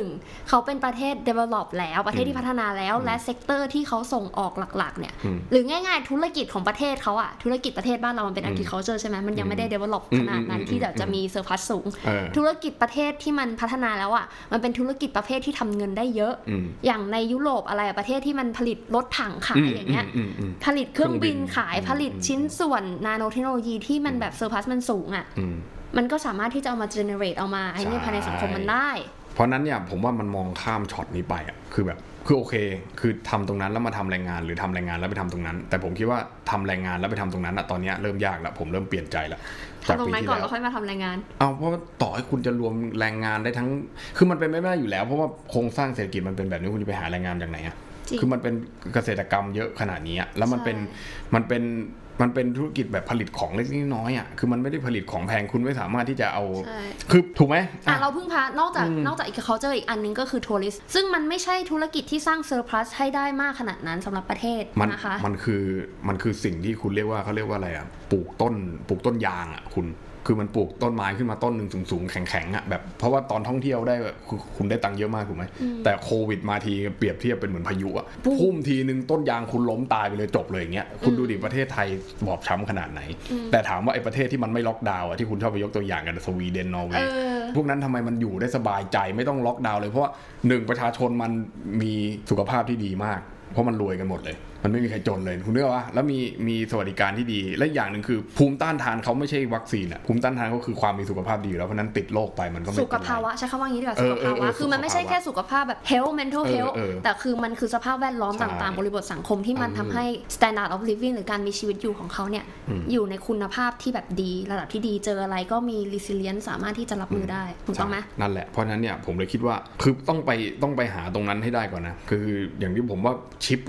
1เขาเป็นประเทศ develop แล้วประเทศที่พัฒนาแล้วและเซกเตอร์ที่เขาส่งออกหลักๆเนี่ยหรือง่ายๆธุรกิจของประเทศเขาธุรกิจประเทศบ้านเรามันเป็น agriculture ใช่ไหมมันยังไม่ได้ develop ขนาดนั้นที่จะมี surplus สูงธุรกิจประเทศที่มันพัฒนาแล้วมันเป็นธุรกิจประเภทที่ทำเงินได้เยอะอย่างในยุโรปอะไรประเทศที่มันผลิตรถถังขายอย่างเงี้ยผลิตเครื่องบินขายผลิตชิ้นส่วนนาโนเทคโนโลยีที่มันแบบ surplus มันสูงมันก็สามารถที่จะเอามา generate เอามาให้ในภายในสังคมมันได้เพราะนั้นเนี่ยผมว่ามันมองข้ามช็อตนี้ไปคือโอเคคือทำตรงนั้นแล้วมาทำแรงงานหรือทำแรงงานแล้วไปทำตรงนั้นแต่ผมคิดว่าทำแรงงานแล้วไปทำตรงนั้นตอนนี้เริ่มยากแล้วผมเริ่มเปลี่ยนใจแล้วทำตรงนั้นก่อนแล้วค่อยมาทำแรงงานเพราะต่อให้คุณจะรวมแรงงานได้ทั้งคือมันเป็นไม่ได้อยู่แล้วเพราะว่าโครงสร้างเศรษฐกิจมันเป็นแบบนี้คุณจะไปหาแรงงานจากไหนคือมันเป็นเกษตรกรรมเยอะขนาดนี้แล้วมันเป็นธุรกิจแบบผลิตของเล็กน้อยคือมันไม่ได้ผลิตของแพงคุณไม่สามารถที่จะเอาคือถูกไหมเราเพิ่งพานอกจากagricultureอีกอันนึงก็คือทัวริสต์ซึ่งมันไม่ใช่ธุรกิจที่สร้างเซอร์พลัสให้ได้มากขนาดนั้นสำหรับประเทศนะคะมันคือสิ่งที่คุณเรียกว่าเขาเรียกว่าอะไรปลูกต้นยางคุณคือมันปลูกต้นไม้ขึ้นมาต้นหนึ่งสูงๆแข็งๆแบบเพราะว่าตอนท่องเที่ยวได้คุณได้ตังค์เยอะมากถูกไหมแต่โควิดมาทีเปรียบเทียบเป็นเหมือนพายุพุ่มทีนึงต้นยางคุณล้มตายไปเลยจบเลยอย่างเงี้ยคุณดูดิประเทศไทยบอบช้ำขนาดไหนแต่ถามว่าไอ้ประเทศที่มันไม่ล็อกดาวน์ที่คุณชอบไปยกตัวอย่างกันสวีเดนนอร์เวย์พวกนั้นทำไมมันอยู่ได้สบายใจไม่ต้องล็อกดาวน์เลยเพราะว่า1ประชาชนมันมีสุขภาพที่ดีมากเพราะมันรวยกันหมดเลยมันไม่มีใครจนเลยคุณนึกว่าแล้วมีสวัสดิการที่ดีและอย่างหนึ่งคือภูมิต้านทานเขาไม่ใช่วัคซีนภูมิต้านทานเขาคือความมีสุขภาพดีอยู่แล้วเพราะนั้นติดโรคไปมันก็ไม่สุขภาวะใช้คำว่างี้ดีกว่าสุขภาวะคือมันไม่ใช่แค่สุขภาพแบบ health mental health แต่คือมันคือสภาพแวดล้อมต่างๆบริบทสังคมที่มันทำให้ standard of living หรือการมีชีวิตอยู่ของเขาเนี่ยอยู่ในคุณภาพที่แบบดีระดับที่ดีเจออะไรก็มี resilience สามารถที่จะรับมือได้ถูกต้องไหมนั่นแหละเพราะนั้นเนี่ยผมเลยคิดว่าคือต้องไปหาตรงนั้นให้ได้ก่อนนะคืออย่างที่ผมว่าชิปเนี่ย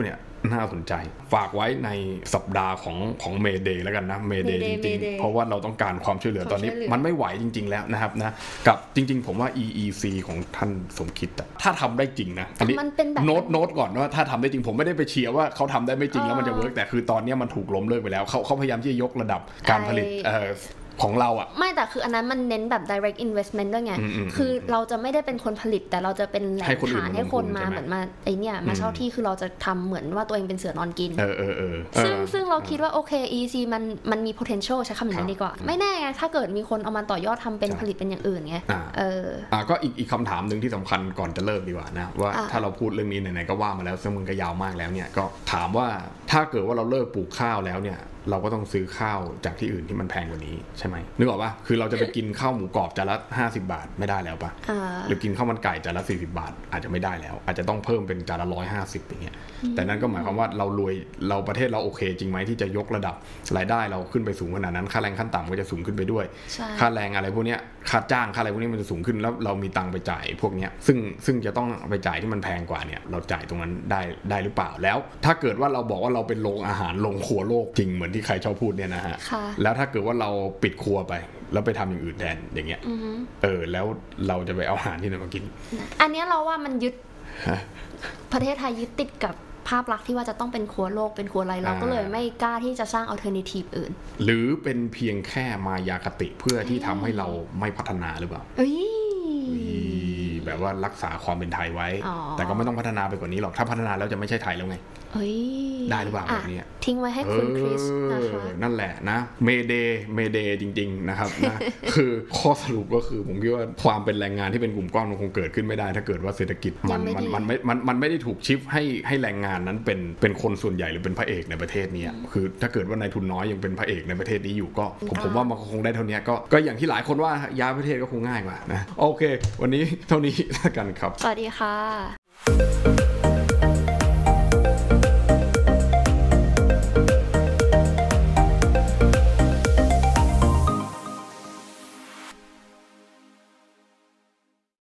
น่าสนใจฝากไว้ในสัปดาห์ของเมเดย์แล้วกันนะเมเดย์จริงๆเพราะว่าเราต้องการความช่วยเหลือตอนนี้มันไม่ไหวจริงๆแล้วนะครับนะกับจริงๆผมว่า EEC ของท่านสมคิดถ้าทำได้จริงนะอันนี้โน้ตก่อนว่าถ้าทำได้จริงผมไม่ได้ไปเชียร์ว่าเขาทำได้ไม่จริงแล้วมันจะเวิร์กแต่คือตอนนี้มันถูกล้มเลิกไปแล้วเขาพยายามที่จะยกระดับการผลิตของเราอ่ะไม่แต่คืออันนั้นมันเน้นแบบ direct investment ด้วยไงคือเราจะไม่ได้เป็นคนผลิตแต่เราจะเป็นแหล่งฐานให้คนมาเหมือนมาไอเนี่ยมาเช่าที่คือเราจะทำเหมือนว่าตัวเองเป็นเสือนอนกินซึ่งเราคิดว่าโอเค EC มันมี potential ใช้คำนี้ดีกว่าไม่แน่ถ้าเกิดมีคนเอามาต่อยอดทำเป็นผลิตเป็นอย่างอื่นไงก็อีกคำถามนึงที่สำคัญก่อนจะเลิกดีกว่านะว่าถ้าเราพูดเรื่องนี้ไหนๆก็ว่ามาแล้วซึ่งมันก็ยาวมากแล้วเนี่ยก็ถามว่าถ้าเกิดว่าเราเลิกปลูกข้าวแล้วเนี่ยเราก็ต้องซื้อข้าวจากที่อื่นที่มันแพงกว่านี้ใช่ไหมนึกออกป่ะคือเราจะไปกินข้าวหมูกรอบจานละ50 บาทไม่ได้แล้วป่ะหรือกินข้าวมันไก่จานละ40 บาทอาจจะไม่ได้แล้วอาจจะต้องเพิ่มเป็นจานละ150อย่างเงี้ยแต่นั่นก็หมายความว่าเรารวยเราประเทศเราโอเคจริงไหมที่จะยกระดับรายได้เราขึ้นไปสูงขนาดนั้นค่าแรงขั้นต่ำก็จะสูงขึ้นไปด้วยค่าแรงอะไรพวกเนี้ยค่าจ้างค่าอะไรพวกนี้มันจะสูงขึ้นแล้วเรามีตังค์ไปจ่ายพวกเนี้ยซึ่งจะต้องไปจ่ายที่มันแพงกว่าเนี่ยเราจ่ายตรงนั้นได้หรือเปล่าแล้วถ้าเกิดว่าเราบอกว่าเราเป็นโรงอาหารโรงครัวโลกจริงเหมือนที่ใครชอบพูดเนี่ยนะฮะแล้วถ้าเกิดว่าเราปิดครัวไปแล้วไปทำอย่างอื่นแทนอย่างเงี้ยแล้วเราจะไปเอาอาหารที่ไหนมากินอันนี้เราว่ามันยึดประเทศไทยยึดติดกับภาพลักษณ์ที่ว่าจะต้องเป็นครัวโลกเป็นครัวอะไรเราก็เลยไม่กล้าที่จะสร้าง alternative อื่นหรือเป็นเพียงแค่มายาคติเพื่อที่ทำให้เราไม่พัฒนาหรือเปล่าแบบว่ารักษาความเป็นไทยไว้แต่ก็ไม่ต้องพัฒนาไปกว่านี้หรอกถ้าพัฒนาแล้วจะไม่ใช่ไทยแล้วไงได้หรือเปล่าแบบนี้ทิ้งไว้ให้คุณคริสนะคะนั่นแหละนะเมเดย์จริงๆนะครับนะคือข้อสรุปก็คือผมคิดว่าความเป็นแรงงานที่เป็นกลุ่มก้อนมันคงเกิดขึ้นไม่ได้ถ้าเกิดว่าเศรษฐกิจมันไม่ได้ถูกชิฟให้แรงงานนั้นเป็นคนส่วนใหญ่หรือเป็นพระเอกในประเทศนี้คือถ้าเกิดว่านายทุนน้อยยังเป็นพระเอกในประเทศนี้อยู่ก็ผมว่ามันคงได้เท่านี้ก็อย่างที่หลายคนว่าย้ายประเทศก็คงง่ายกว่านะโอเควันนี้เท่านี้แล้วกันครับสวัสดีค่ะ